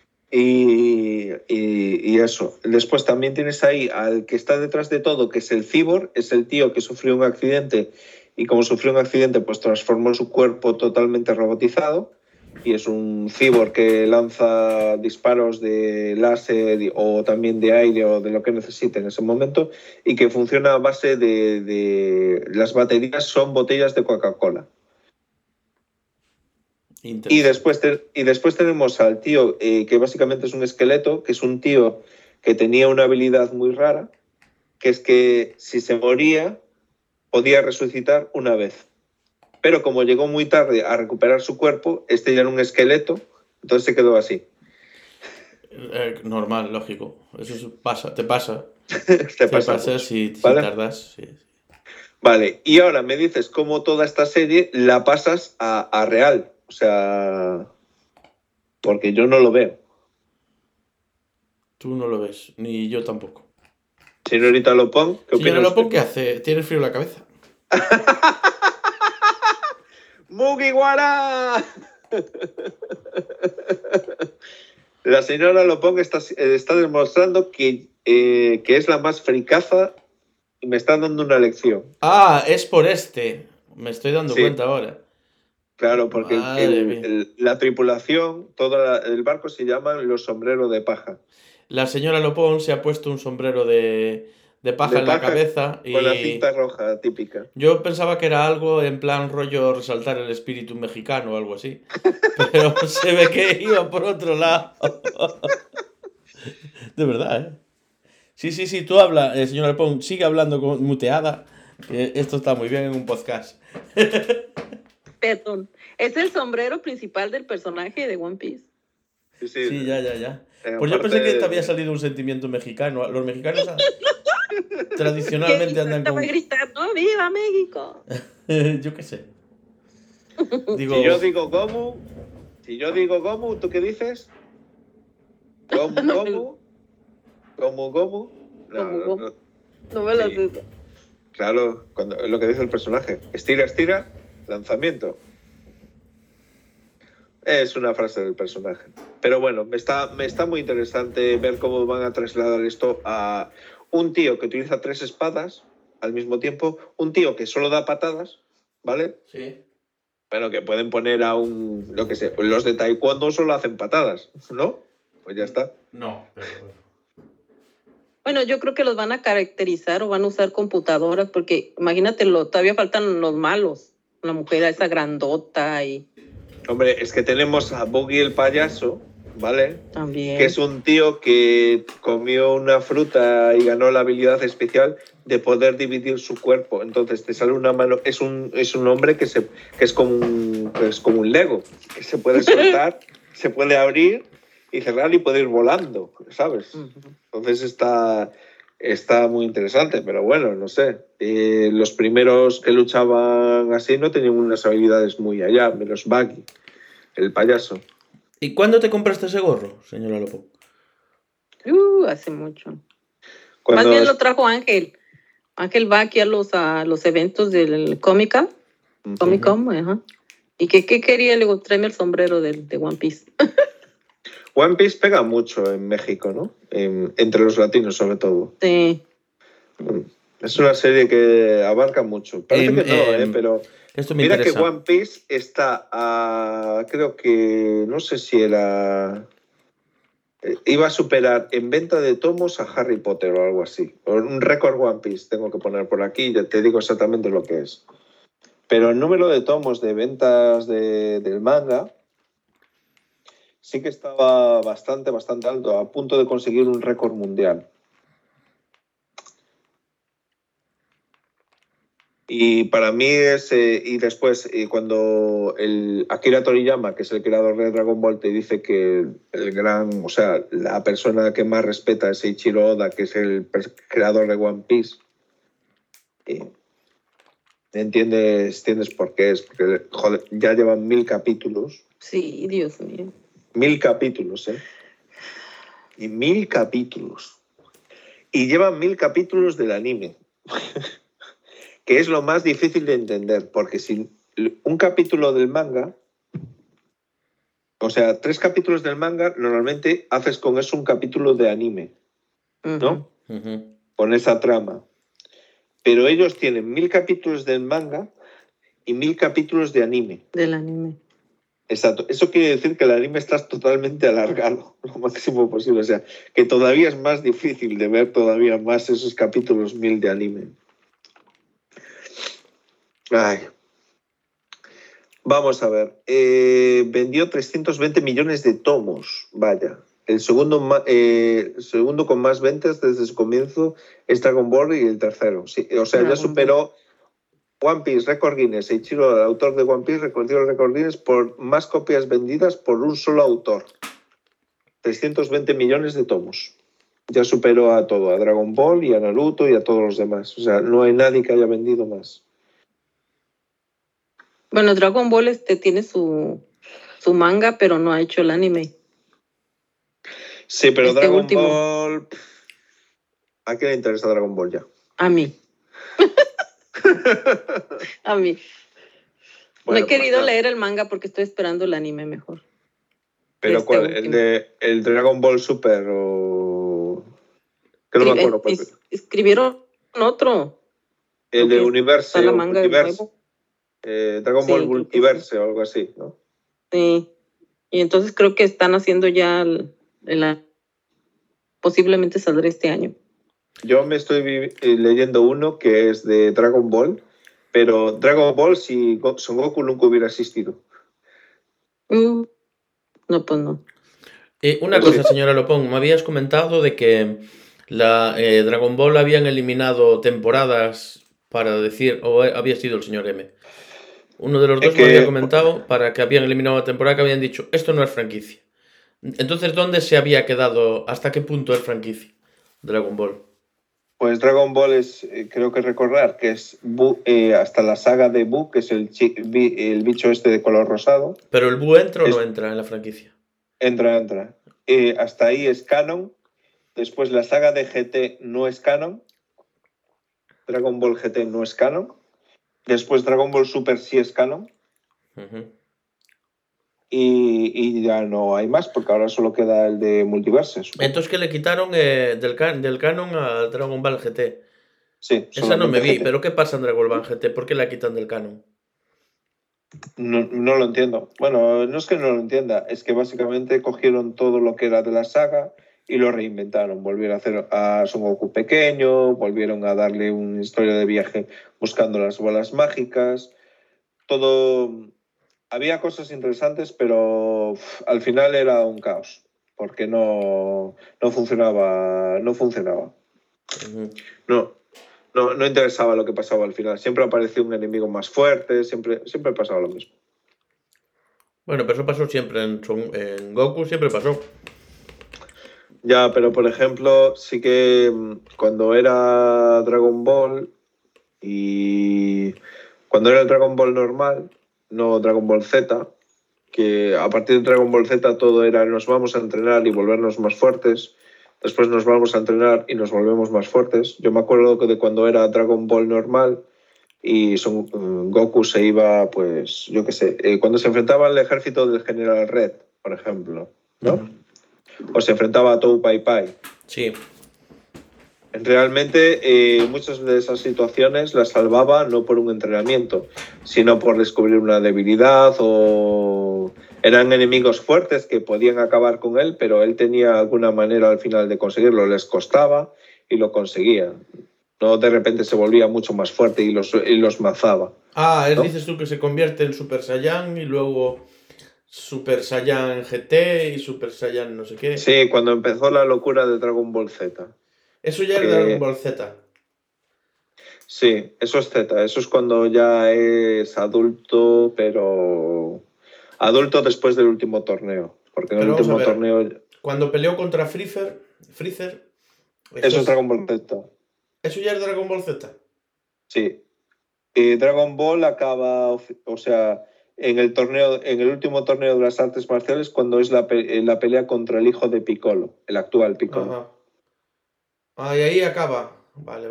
Y eso. Después también tienes ahí al que está detrás de todo, que es el Cyborg, es el tío que sufrió un accidente y como sufrió un accidente pues transformó su cuerpo totalmente robotizado y es un Cyborg que lanza disparos de láser o también de aire o de lo que necesite en ese momento y que funciona a base de las baterías son botellas de Coca-Cola. Y después tenemos al tío que básicamente es un esqueleto, que es un tío que tenía una habilidad muy rara, que es que si se moría podía resucitar una vez. Pero como llegó muy tarde a recuperar su cuerpo, este ya era un esqueleto, entonces se quedó así. Normal, lógico. Eso pasa, te pasa. Te pasa mucho, si ¿vale? tardas. Sí. Vale, y ahora me dices cómo toda esta serie la pasas a real. O sea, porque yo no lo veo. Tú no lo ves, ni yo tampoco. Señorita Lopón, ¿qué opina Señora Lopón, usted? ¿qué hace? ¿Tiene frío en la cabeza? ¡Mugiwara! La señora Lopón está demostrando que es la más fricaza y me está dando una lección. Ah, es por este. Me estoy dando Sí. cuenta ahora. Claro, porque Madre mía. la tripulación, todo el barco se llaman los sombreros de paja. La señora Lopón se ha puesto un sombrero de paja De en la paja cabeza Con la y cinta roja típica. yo pensaba que era algo en plan rollo resaltar el espíritu mexicano o algo así. Pero se ve que iba por otro lado. De verdad, ¿eh? Sí, tú habla, señora Lopón, sigue hablando muteada. Esto está muy bien en un podcast. Perdón. Es el sombrero principal del personaje de One Piece. Sí, ya. Pues yo pensé que te había salido un sentimiento mexicano. Los mexicanos tradicionalmente andan con... Estaba gritando, ¡viva México! Yo qué sé. Digo... Si yo digo Gomu, ¿tú qué dices? ¿Cómo? No. No me las Sí. sé. Claro, lo que dice el personaje. Estira, lanzamiento. Es una frase del personaje. Pero bueno, me está muy interesante ver cómo van a trasladar esto a un tío que utiliza 3 espadas al mismo tiempo, un tío que solo da patadas, ¿vale? Sí. Bueno, que pueden poner a lo que sé, los de taekwondo solo hacen patadas, ¿no? Pues ya está. No, pero... Bueno, yo creo que los van a caracterizar o van a usar computadoras, porque imagínate, todavía faltan los malos. La mujer esa grandota y Hombre, es que tenemos a Buggy el payaso, ¿vale? también. Que es un tío que comió una fruta y ganó la habilidad especial de poder dividir su cuerpo. Entonces te sale una mano. Es un hombre que es como un Lego, que se puede soltar, se puede abrir y cerrar y puede ir volando, ¿sabes? Entonces está muy interesante, pero bueno, no sé. Los primeros que luchaban así no tenían unas habilidades muy allá, menos Buggy, el payaso. ¿Y cuándo te compraste ese gorro, señora Lopo? Hace mucho. Cuando Más bien lo trajo Ángel. Ángel va aquí a los eventos del Comic Con, ajá. ¿Y qué quería? Le digo, tráeme el sombrero de One Piece. One Piece pega mucho en México, ¿no? Entre los latinos, sobre todo. Sí. Es una serie que abarca mucho. Parece que no, pero esto me mira interesa. que One Piece está a... Creo que... No sé si era... Iba a superar en venta de tomos a Harry Potter o algo así. Un récord One Piece tengo que poner por aquí, ya te digo exactamente lo que es. Pero el número de tomos de ventas del manga sí que estaba bastante alto, a punto de conseguir un récord mundial. Y para mí y después, cuando el Akira Toriyama, que es el creador de Dragon Ball, te dice que la persona que más respeta es Eiichiro Oda, que es el creador de One Piece, entiendes por qué es, porque joder, ya llevan 1000 capítulos. Sí, Dios mío. 1000 capítulos, Y 1000 capítulos. Y llevan 1000 capítulos del anime. Que es lo más difícil de entender, porque si un capítulo del manga, o sea, 3 capítulos del manga, normalmente haces con eso un capítulo de anime, ¿no? Con esa trama. Pero ellos tienen 1000 capítulos del manga y 1000 capítulos de anime. Del anime. Exacto. Eso quiere decir que el anime está totalmente alargado, lo máximo posible. O sea, que todavía es más difícil de ver todavía más esos capítulos 1000 de anime. Ay. Vamos a ver. Vendió 320 millones de tomos. Vaya. El segundo con más ventas desde su comienzo es Dragon Ball y el tercero. Sí, o sea, ya superó One Piece, Record Guinness. Eiichiro, el autor de One Piece, reconoció el Record Guinness por más copias vendidas por un solo autor. 320 millones de tomos. Ya superó a todo, a Dragon Ball y a Naruto y a todos los demás. O sea, no hay nadie que haya vendido más. Bueno, Dragon Ball tiene su manga, pero no ha hecho el anime. Sí, pero Dragon último. Ball... ¿A quién le interesa Dragon Ball ya? A mí. A mí. Bueno, no he querido pues, leer el manga porque estoy esperando el anime mejor. ¿Pero cuál? ¿El Dragon Ball Super o...? Que no me acuerdo. Escribieron otro. El de Universe. La manga Universe. Dragon Ball Multiverse o algo así, ¿no? Sí. Y entonces creo que están haciendo ya posiblemente saldrá este año. Yo me estoy leyendo uno que es de Dragon Ball, pero Dragon Ball si Son Goku nunca hubiera existido. No, pues no. Una cosa, señora Lopón, me habías comentado de que Dragon Ball habían eliminado temporadas para decir, o había sido el señor M. Uno de los dos me había comentado para que habían eliminado la temporada que habían dicho, esto no es franquicia. Entonces, ¿dónde se había quedado? ¿Hasta qué punto es franquicia Dragon Ball? Pues Dragon Ball es, creo que recordar, que es hasta la saga de Buu, que es el bicho este de color rosado. ¿Pero el Buu entra o no entra en la franquicia? Entra. hasta ahí es canon. Después la saga de GT no es canon. Dragon Ball GT no es canon. Después Dragon Ball Super sí es canon. Ujú. Y ya no hay más, porque ahora solo queda el de Multiverse. supongo. Entonces que le quitaron del canon a Dragon Ball GT. Sí, Esa no me vi, GT. pero ¿qué pasa en Dragon Ball GT? ¿Por qué la quitan del canon? No lo entiendo. Bueno, no es que no lo entienda, es que básicamente cogieron todo lo que era de la saga y lo reinventaron. Volvieron a hacer a Son Goku pequeño, volvieron a darle una historia de viaje buscando las bolas mágicas. Todo. Había cosas interesantes, pero al final era un caos, porque no funcionaba. No funcionaba. Ujú. No interesaba lo que pasaba al final. Siempre aparecía un enemigo más fuerte, siempre pasaba lo mismo. Bueno, pero eso pasó siempre. En Goku siempre pasó. Ya, pero por ejemplo, sí que cuando era Dragon Ball y cuando era el Dragon Ball normal, no Dragon Ball Z, que a partir de Dragon Ball Z todo era nos vamos a entrenar y volvernos más fuertes, después nos vamos a entrenar y nos volvemos más fuertes. Yo me acuerdo que de cuando era Dragon Ball normal y Goku se iba, pues, yo qué sé, cuando se enfrentaba al ejército del General Red, por ejemplo, ¿no? Ujú. O se enfrentaba a Tou Pai Pai. Sí. Realmente muchas de esas situaciones las salvaba no por un entrenamiento, sino por descubrir una debilidad o eran enemigos fuertes que podían acabar con él, pero él tenía alguna manera al final de conseguirlo, les costaba y lo conseguía. No de repente se volvía mucho más fuerte y los mazaba. ¿no? Dices tú que se convierte en Super Saiyan y luego Super Saiyan GT y Super Saiyan no sé qué. Sí, cuando empezó la locura de Dragon Ball Z. Eso ya es Dragon Ball Z. Sí, eso es Z. Eso es cuando ya es adulto, pero adulto después del último torneo. Porque en el Pero vamos a último ver. torneo Cuando peleó contra Freezer, eso es Dragon Ball Z. ¿Eso ya es Dragon Ball Z? Sí. Dragon Ball acaba, o sea, en el último torneo de las artes marciales, cuando es la pelea contra el hijo de Piccolo, el actual Piccolo. Ajá. Y ahí acaba. Vale.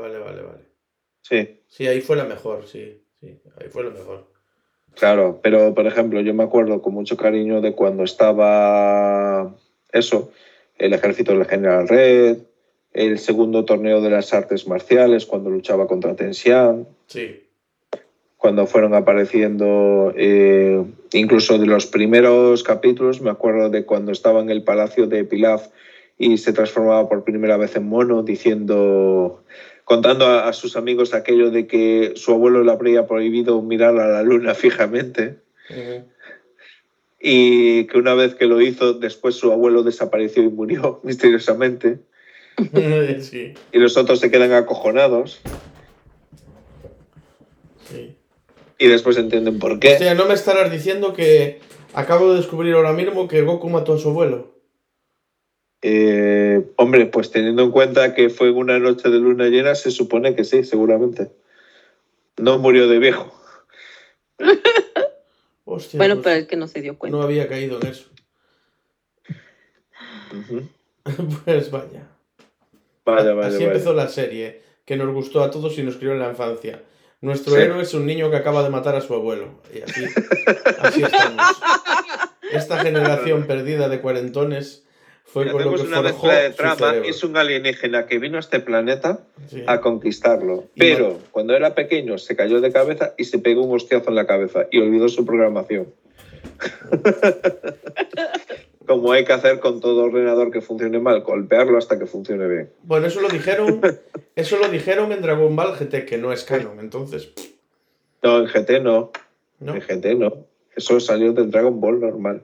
Sí. Sí, ahí fue la mejor, sí. Ahí fue la mejor. Claro, pero por ejemplo, yo me acuerdo con mucho cariño de cuando estaba el ejército del General Red, el segundo torneo de las artes marciales, cuando luchaba contra Ten Xian. Sí. Cuando fueron apareciendo, incluso de los primeros capítulos, me acuerdo de cuando estaba en el palacio de Pilaf y se transformaba por primera vez en mono, contando a sus amigos aquello de que su abuelo le habría prohibido mirar a la luna fijamente. Uh-huh. Y que una vez que lo hizo, después su abuelo desapareció y murió misteriosamente. Sí. Y los otros se quedan acojonados. Sí. Y después entienden por qué. Hostia, no me estarás diciendo que acabo de descubrir ahora mismo que Goku mató a su abuelo. Hombre, pues teniendo en cuenta que fue una noche de luna llena, se supone que sí, seguramente. No murió de viejo. Hostia, Bueno, pues pero es que no se dio cuenta. no había caído en eso. Uh-huh. Pues vaya. Así empezó la serie, que nos gustó a todos y nos crió en la infancia. Nuestro héroe es un niño que acaba de matar a su abuelo. Y así estamos. Esta generación perdida de cuarentones fue con lo que una forjó mezcla de su trama. cerebro. Es un alienígena que vino a este planeta Sí. a conquistarlo. Pero cuando era pequeño se cayó de cabeza y se pegó un hostiazo en la cabeza y olvidó su programación. Como hay que hacer con todo ordenador que funcione mal, golpearlo hasta que funcione bien. Bueno, eso lo dijeron en Dragon Ball GT, que no es canon, entonces. No, en GT no. ¿No? En GT no. Eso salió del Dragon Ball normal.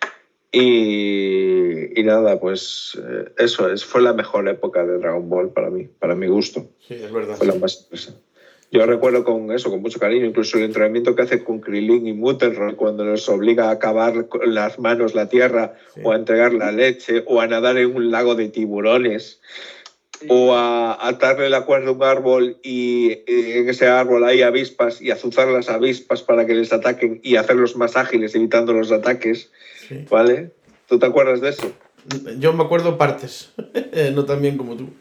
Y nada, pues fue la mejor época de Dragon Ball para mí, para mi gusto. Sí, es verdad. Fue la más interesante. Yo recuerdo con mucho cariño, incluso el entrenamiento que hace con Krillin y Mutterroll cuando los obliga a acabar con las manos la tierra, sí. O a entregar la leche, o a nadar en un lago de tiburones, sí. O a atarle la cuerda a un árbol y en ese árbol hay avispas y azuzar las avispas para que les ataquen y hacerlos más ágiles evitando los ataques, sí. ¿Vale? ¿Tú te acuerdas de eso? Yo me acuerdo partes, no tan bien como tú.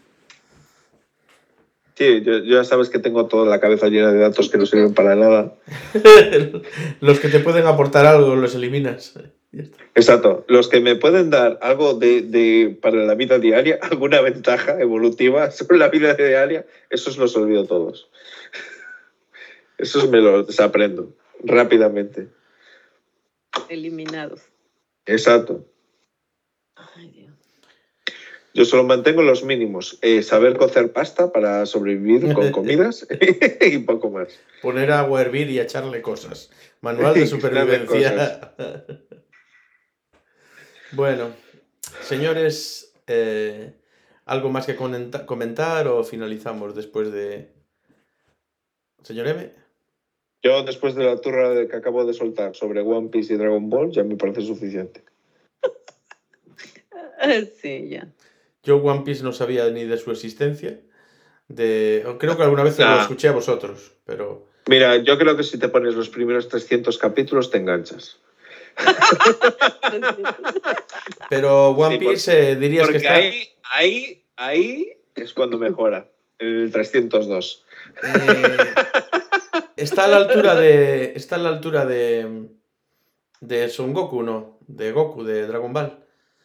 Sí, yo ya sabes que tengo toda la cabeza llena de datos que no sirven para nada. Los que te pueden aportar algo los eliminas. Ya está. Exacto. Los que me pueden dar algo para la vida diaria, alguna ventaja evolutiva sobre la vida diaria, esos los olvido todos. Esos me los desaprendo rápidamente. Eliminados. Exacto. Ay, Dios. Yo solo mantengo los mínimos. Saber cocer pasta para sobrevivir con comidas y poco más. Poner agua a hervir y echarle cosas. Manual de Echarle supervivencia. Bueno, señores, ¿algo más que comentar o finalizamos después de... Señor M? Yo, después de la turra que acabo de soltar sobre One Piece y Dragon Ball, ya me parece suficiente. Sí, ya. Yo One Piece no sabía ni de su existencia. Creo que alguna vez lo escuché a vosotros, pero... Mira, yo creo que si te pones los primeros 300 capítulos te enganchas. Pero One Sí, Piece dirías que Porque está... ahí es cuando mejora. El 302. Está a la altura de... Está a la altura de Son Goku, ¿no? De Goku, de Dragon Ball.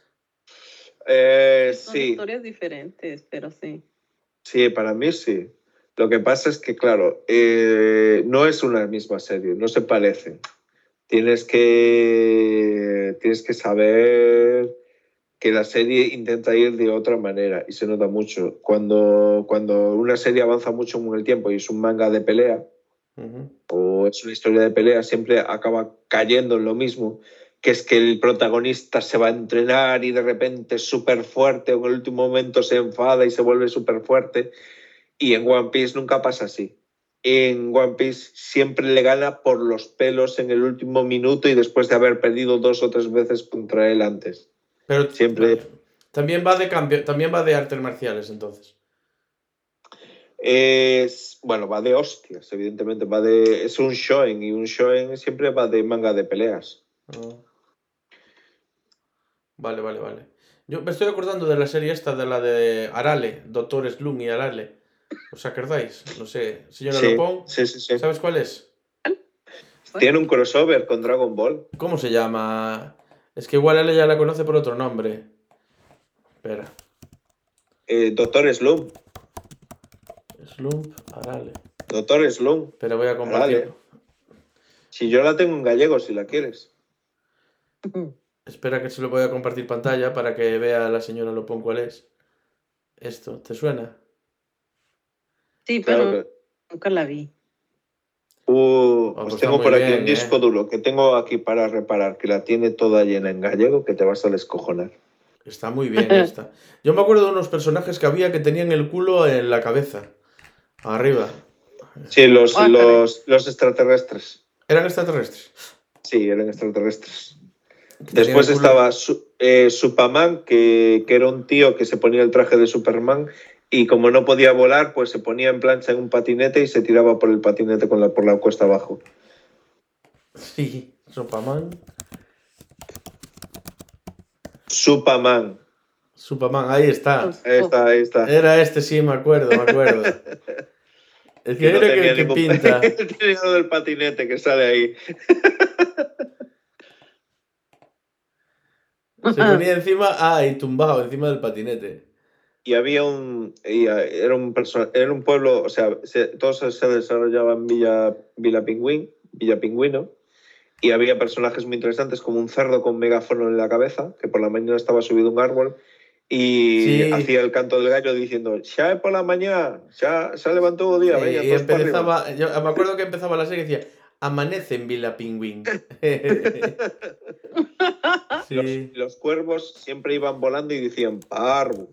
Son Sí. historias diferentes, pero sí. Sí, para mí sí. Lo que pasa es que, claro, no es una misma serie, no se parecen. Tienes que saber que la serie intenta ir de otra manera y se nota mucho. Cuando una serie avanza mucho en el tiempo y es un manga de pelea, Uh-huh. o es una historia de pelea, siempre acaba cayendo en lo mismo, que es que el protagonista se va a entrenar y de repente es súper fuerte, o en el último momento se enfada y se vuelve súper fuerte, y en One Piece nunca pasa así. En One Piece siempre le gana por los pelos en el último minuto y después de haber perdido 2 o 3 veces contra él antes. Pero Siempre... también va de artes marciales, entonces. Bueno, va de hostias, evidentemente. Es un shonen y un shonen siempre va de manga de peleas. Oh. Vale. Yo me estoy acordando de la serie esta, de la de Arale, Doctor Slum y Arale. ¿Os acordáis? No sé, señora Lopón, Sí. ¿sabes cuál es? Tiene un crossover con Dragon Ball. ¿Cómo se llama? Es que igual ella la conoce por otro nombre. Espera. Doctor Slump. Slump, Arale. Doctor Slump. Pero voy a compartirlo. Arale. Si yo la tengo en gallego, si la quieres. Espera que se lo voy a compartir pantalla para que vea la señora Lopón cuál es. Esto, ¿te suena? Sí, pero Claro que... nunca la vi. Pues está tengo muy por aquí bien, un disco duro que tengo aquí para reparar, que la tiene toda llena en gallego, que te vas a descojonar. Está muy bien esta. Yo me acuerdo de unos personajes que había que tenían el culo en la cabeza. Arriba. Sí, los extraterrestres. ¿Eran extraterrestres? Sí, eran extraterrestres. Que Después tenían el culo- estaba Superman, que era un tío que se ponía el traje de Superman y como no podía volar, pues se ponía en plancha en un patinete y se tiraba por el patinete por la cuesta abajo. Sí, Superman, ahí está. Ahí está. Era este, sí, me acuerdo. Es que no mira tenía que ningún... pinta. Tenía lo del patinete que sale ahí. Se ponía encima, y tumbado encima del patinete. Y era un pueblo, o sea, todo se desarrollaba en Villa Pingüino, y había personajes muy interesantes como un cerdo con megáfono en la cabeza, que por la mañana estaba subido a un árbol y Sí. hacía el canto del gallo diciendo xa é pola mañá, xa levantó o día, veña, Y todos para arriba. yo me acuerdo que empezaba la serie y decía, amanece en Villa Pingüín. Sí. Los cuervos siempre iban volando y decían parvo.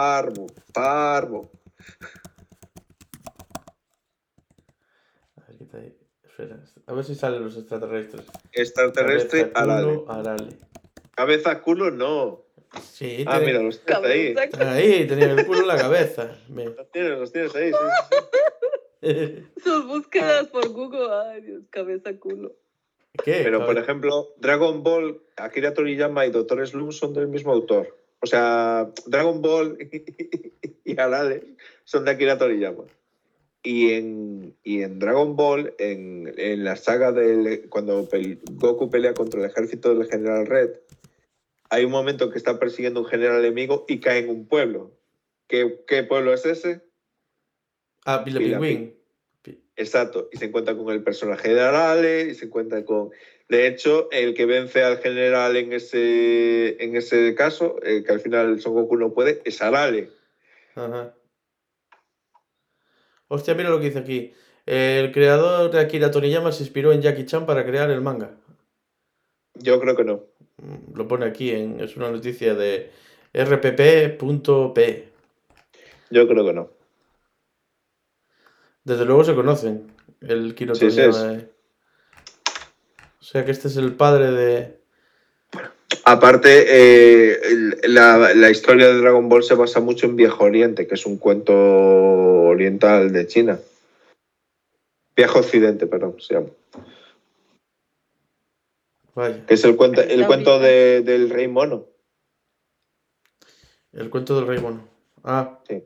Espera, a ver si salen los extraterrestres. Extraterrestre, Cabeza, culo, Arale. Cabeza, culo, no. Sí, Mira, los tienes ahí. ahí tenían el culo en la cabeza. Los tienes ahí, sí. Sus búsquedas por Google, ay Dios, cabeza, culo. ¿Qué? Pero, por ejemplo, Dragon Ball, Akira Toriyama y Dr. Slump son del mismo autor. O sea, Dragon Ball y Arale son de Akira Toriyama. Y en Dragon Ball, en la saga cuando Goku pelea contra el ejército del General Red, hay un momento que está persiguiendo un general enemigo y cae en un pueblo. ¿Qué pueblo es ese? Pilapingüín. Exacto. Y se encuentra con el personaje de Arale y se encuentra con... De hecho, el que vence al general en ese caso, que al final Son Goku no puede, es Arale. Ajá. Hostia, mira lo que dice aquí. El creador de Akira Toriyama se inspiró en Jackie Chan para crear el manga. Yo creo que no. Lo pone aquí, es una noticia de rpp.p. Yo creo que no. Desde luego se conocen, el Kiro Sí, Toriyama. O sea que este es el padre de... Aparte, la historia de Dragon Ball se basa mucho en Viejo Oriente, que es un cuento oriental de China. Viejo Occidente, perdón, se llama. Vaya. Que es el cuento del Rey Mono. El cuento del Rey Mono. Ah. Sí.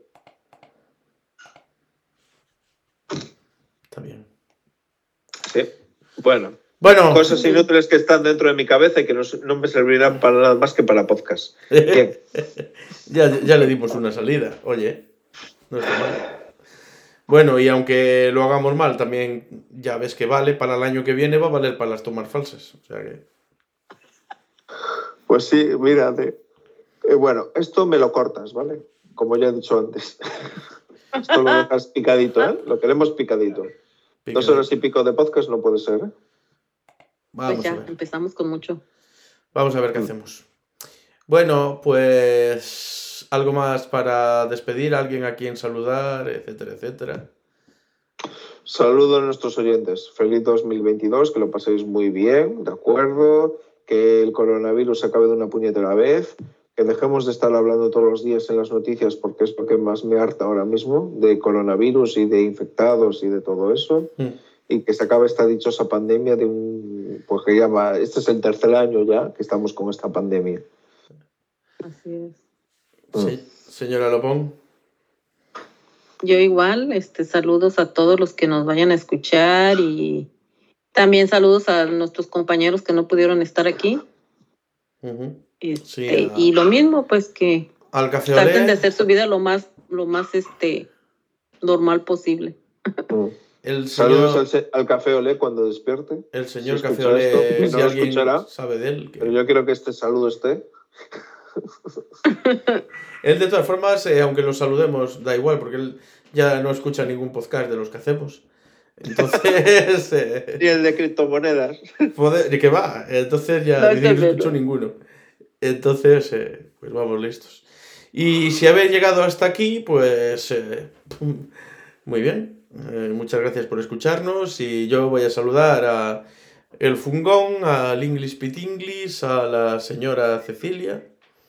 Está bien. Sí. Bueno, Bueno. cosas inútiles que están dentro de mi cabeza y que no me servirán para nada más que para podcast. Bien. ya le dimos una salida. Oye, no está mal. Bueno, y aunque lo hagamos mal, también ya ves que vale para el año que viene, va a valer para las tomas falsas. O sea que... Pues sí, mírate. Bueno, esto me lo cortas, ¿vale? Como ya he dicho antes. Esto lo dejas picadito, ¿eh? Lo queremos picadito. 2 horas y pico de podcast no puede ser, ¿eh? Vamos Pues ya, a ver. empezamos con mucho. Vamos a ver qué hacemos. Bueno, pues algo más para despedir, alguien a quien saludar, etcétera, etcétera. Saludos a nuestros oyentes. Feliz 2022, que lo paséis muy bien, ¿de acuerdo? Que el coronavirus se acabe de una puñetera vez, que dejemos de estar hablando todos los días en las noticias porque es lo que más me harta ahora mismo, de coronavirus y de infectados y de todo eso. Y que se acabe esta dichosa pandemia pues que ya va, este es el 3er año ya que estamos con esta pandemia. Así es. Sí, señora Lopón. Yo igual, saludos a todos los que nos vayan a escuchar y también saludos a nuestros compañeros que no pudieron estar aquí. Uh-huh. Sí, y lo mismo, pues que al Café traten Olé. de hacer su vida lo más normal posible. Saludos al Café Olé cuando despierte. El señor si Café Olé, esto, si no alguien escuchará, sabe de él. Pero yo quiero que este saludo esté. Él, de todas formas, aunque lo saludemos, da igual, porque él ya no escucha ningún podcast de los que hacemos. Entonces... Ni el de criptomonedas. ¿Qué va? Entonces ya no escucho ninguno. Entonces, pues vamos listos. Y si habéis llegado hasta aquí, pues muy bien. Muchas gracias por escucharnos y yo voy a saludar a el Fungón, al English Pit English, a la señora Cecilia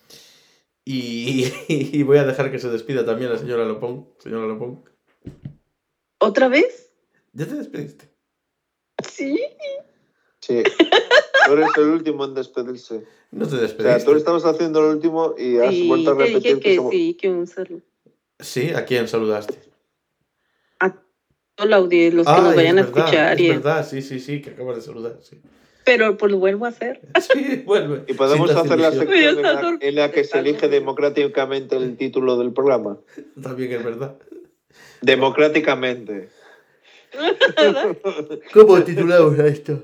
y voy a dejar que se despida también la señora Lopón. Señora Lopón. ¿Otra vez? ¿Ya te despediste? Sí. Sí. Tú eres el último en despedirse. No te despediste. O sea, tú estabas haciendo el último y has vuelto a repetir. Dije que sí, que un saludo. Sí, ¿a quién saludaste? A todos los que nos vayan a escuchar. Es verdad, sí, que acabas de saludar, sí. Pero pues lo vuelvo a hacer. Sí, vuelve. Y podemos hacer la sección en la que se elige democráticamente el título del programa. También es verdad. Democráticamente. ¿Cómo titulamos a esto?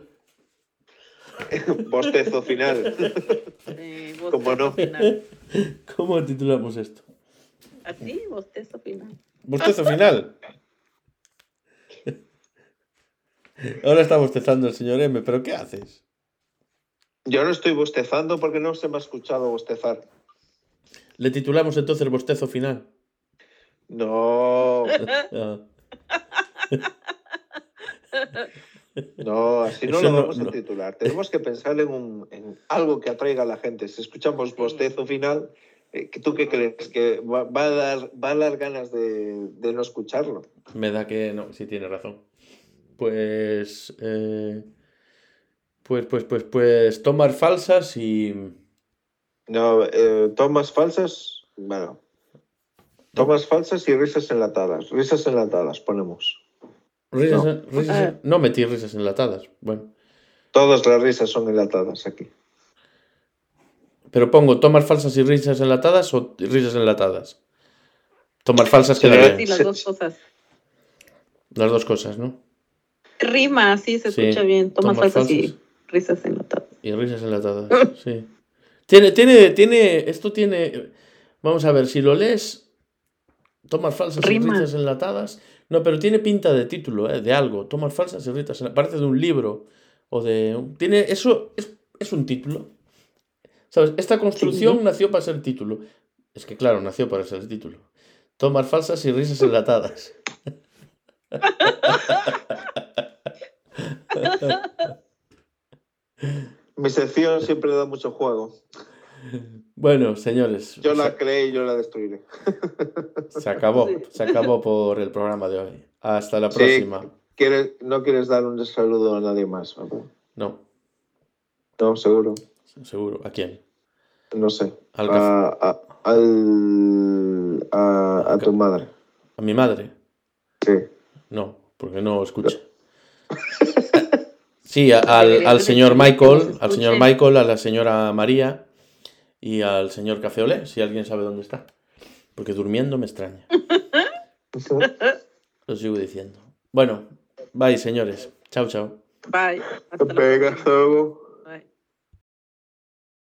Bostezo final. ¿Cómo no? Final. ¿Cómo titulamos esto? Así, bostezo final. ¿Bostezo final? Ahora está bostezando el señor M, ¿pero qué haces? Yo no estoy bostezando porque no se me ha escuchado bostezar. ¿Le titulamos entonces bostezo final? No. Ah. No, así no lo vamos a titular. Tenemos que pensar en algo que atraiga a la gente. Si escuchamos bostezo final, ¿tú qué crees? ¿Que va a dar ganas de no escucharlo? Me da que no, sí tiene razón. Pues tomar falsas y No, tomas falsas, bueno. Tomas falsas y risas enlatadas. Risas enlatadas ponemos. No metí risas enlatadas. Bueno. Todas las risas son enlatadas aquí. Pero pongo tomas falsas y risas enlatadas o risas enlatadas. Tomar falsas queda bien. Sí, las dos cosas. Las dos cosas, ¿no? Rima, sí, se escucha bien. Tomas falsas y risas enlatadas. Y risas enlatadas, sí. Esto tiene... Vamos a ver, si lo lees, tomas falsas y risas enlatadas. No, pero tiene pinta de título, de algo. Tomas falsas y risas enlatadas. Parece de un libro o de... Eso es un título. ¿Sabes? Esta construcción nació para ser título. Es que claro, nació para ser título. Tomas falsas y risas enlatadas. Mi sección siempre da mucho juego. Bueno, señores. Yo la creé y yo la destruiré. Se acabó por el programa de hoy. Hasta la próxima. ¿No quieres dar un saludo a nadie más? No. No, seguro. Seguro. ¿A quién? No sé. A tu madre. ¿A mi madre? Sí. No, porque no escucha. Sí, al señor Michael, a la señora María y al señor Café Olé, si alguien sabe dónde está. Porque durmiendo me extraña. Lo sigo diciendo. Bueno, bye, señores. Chao, chao. Bye. Hasta luego.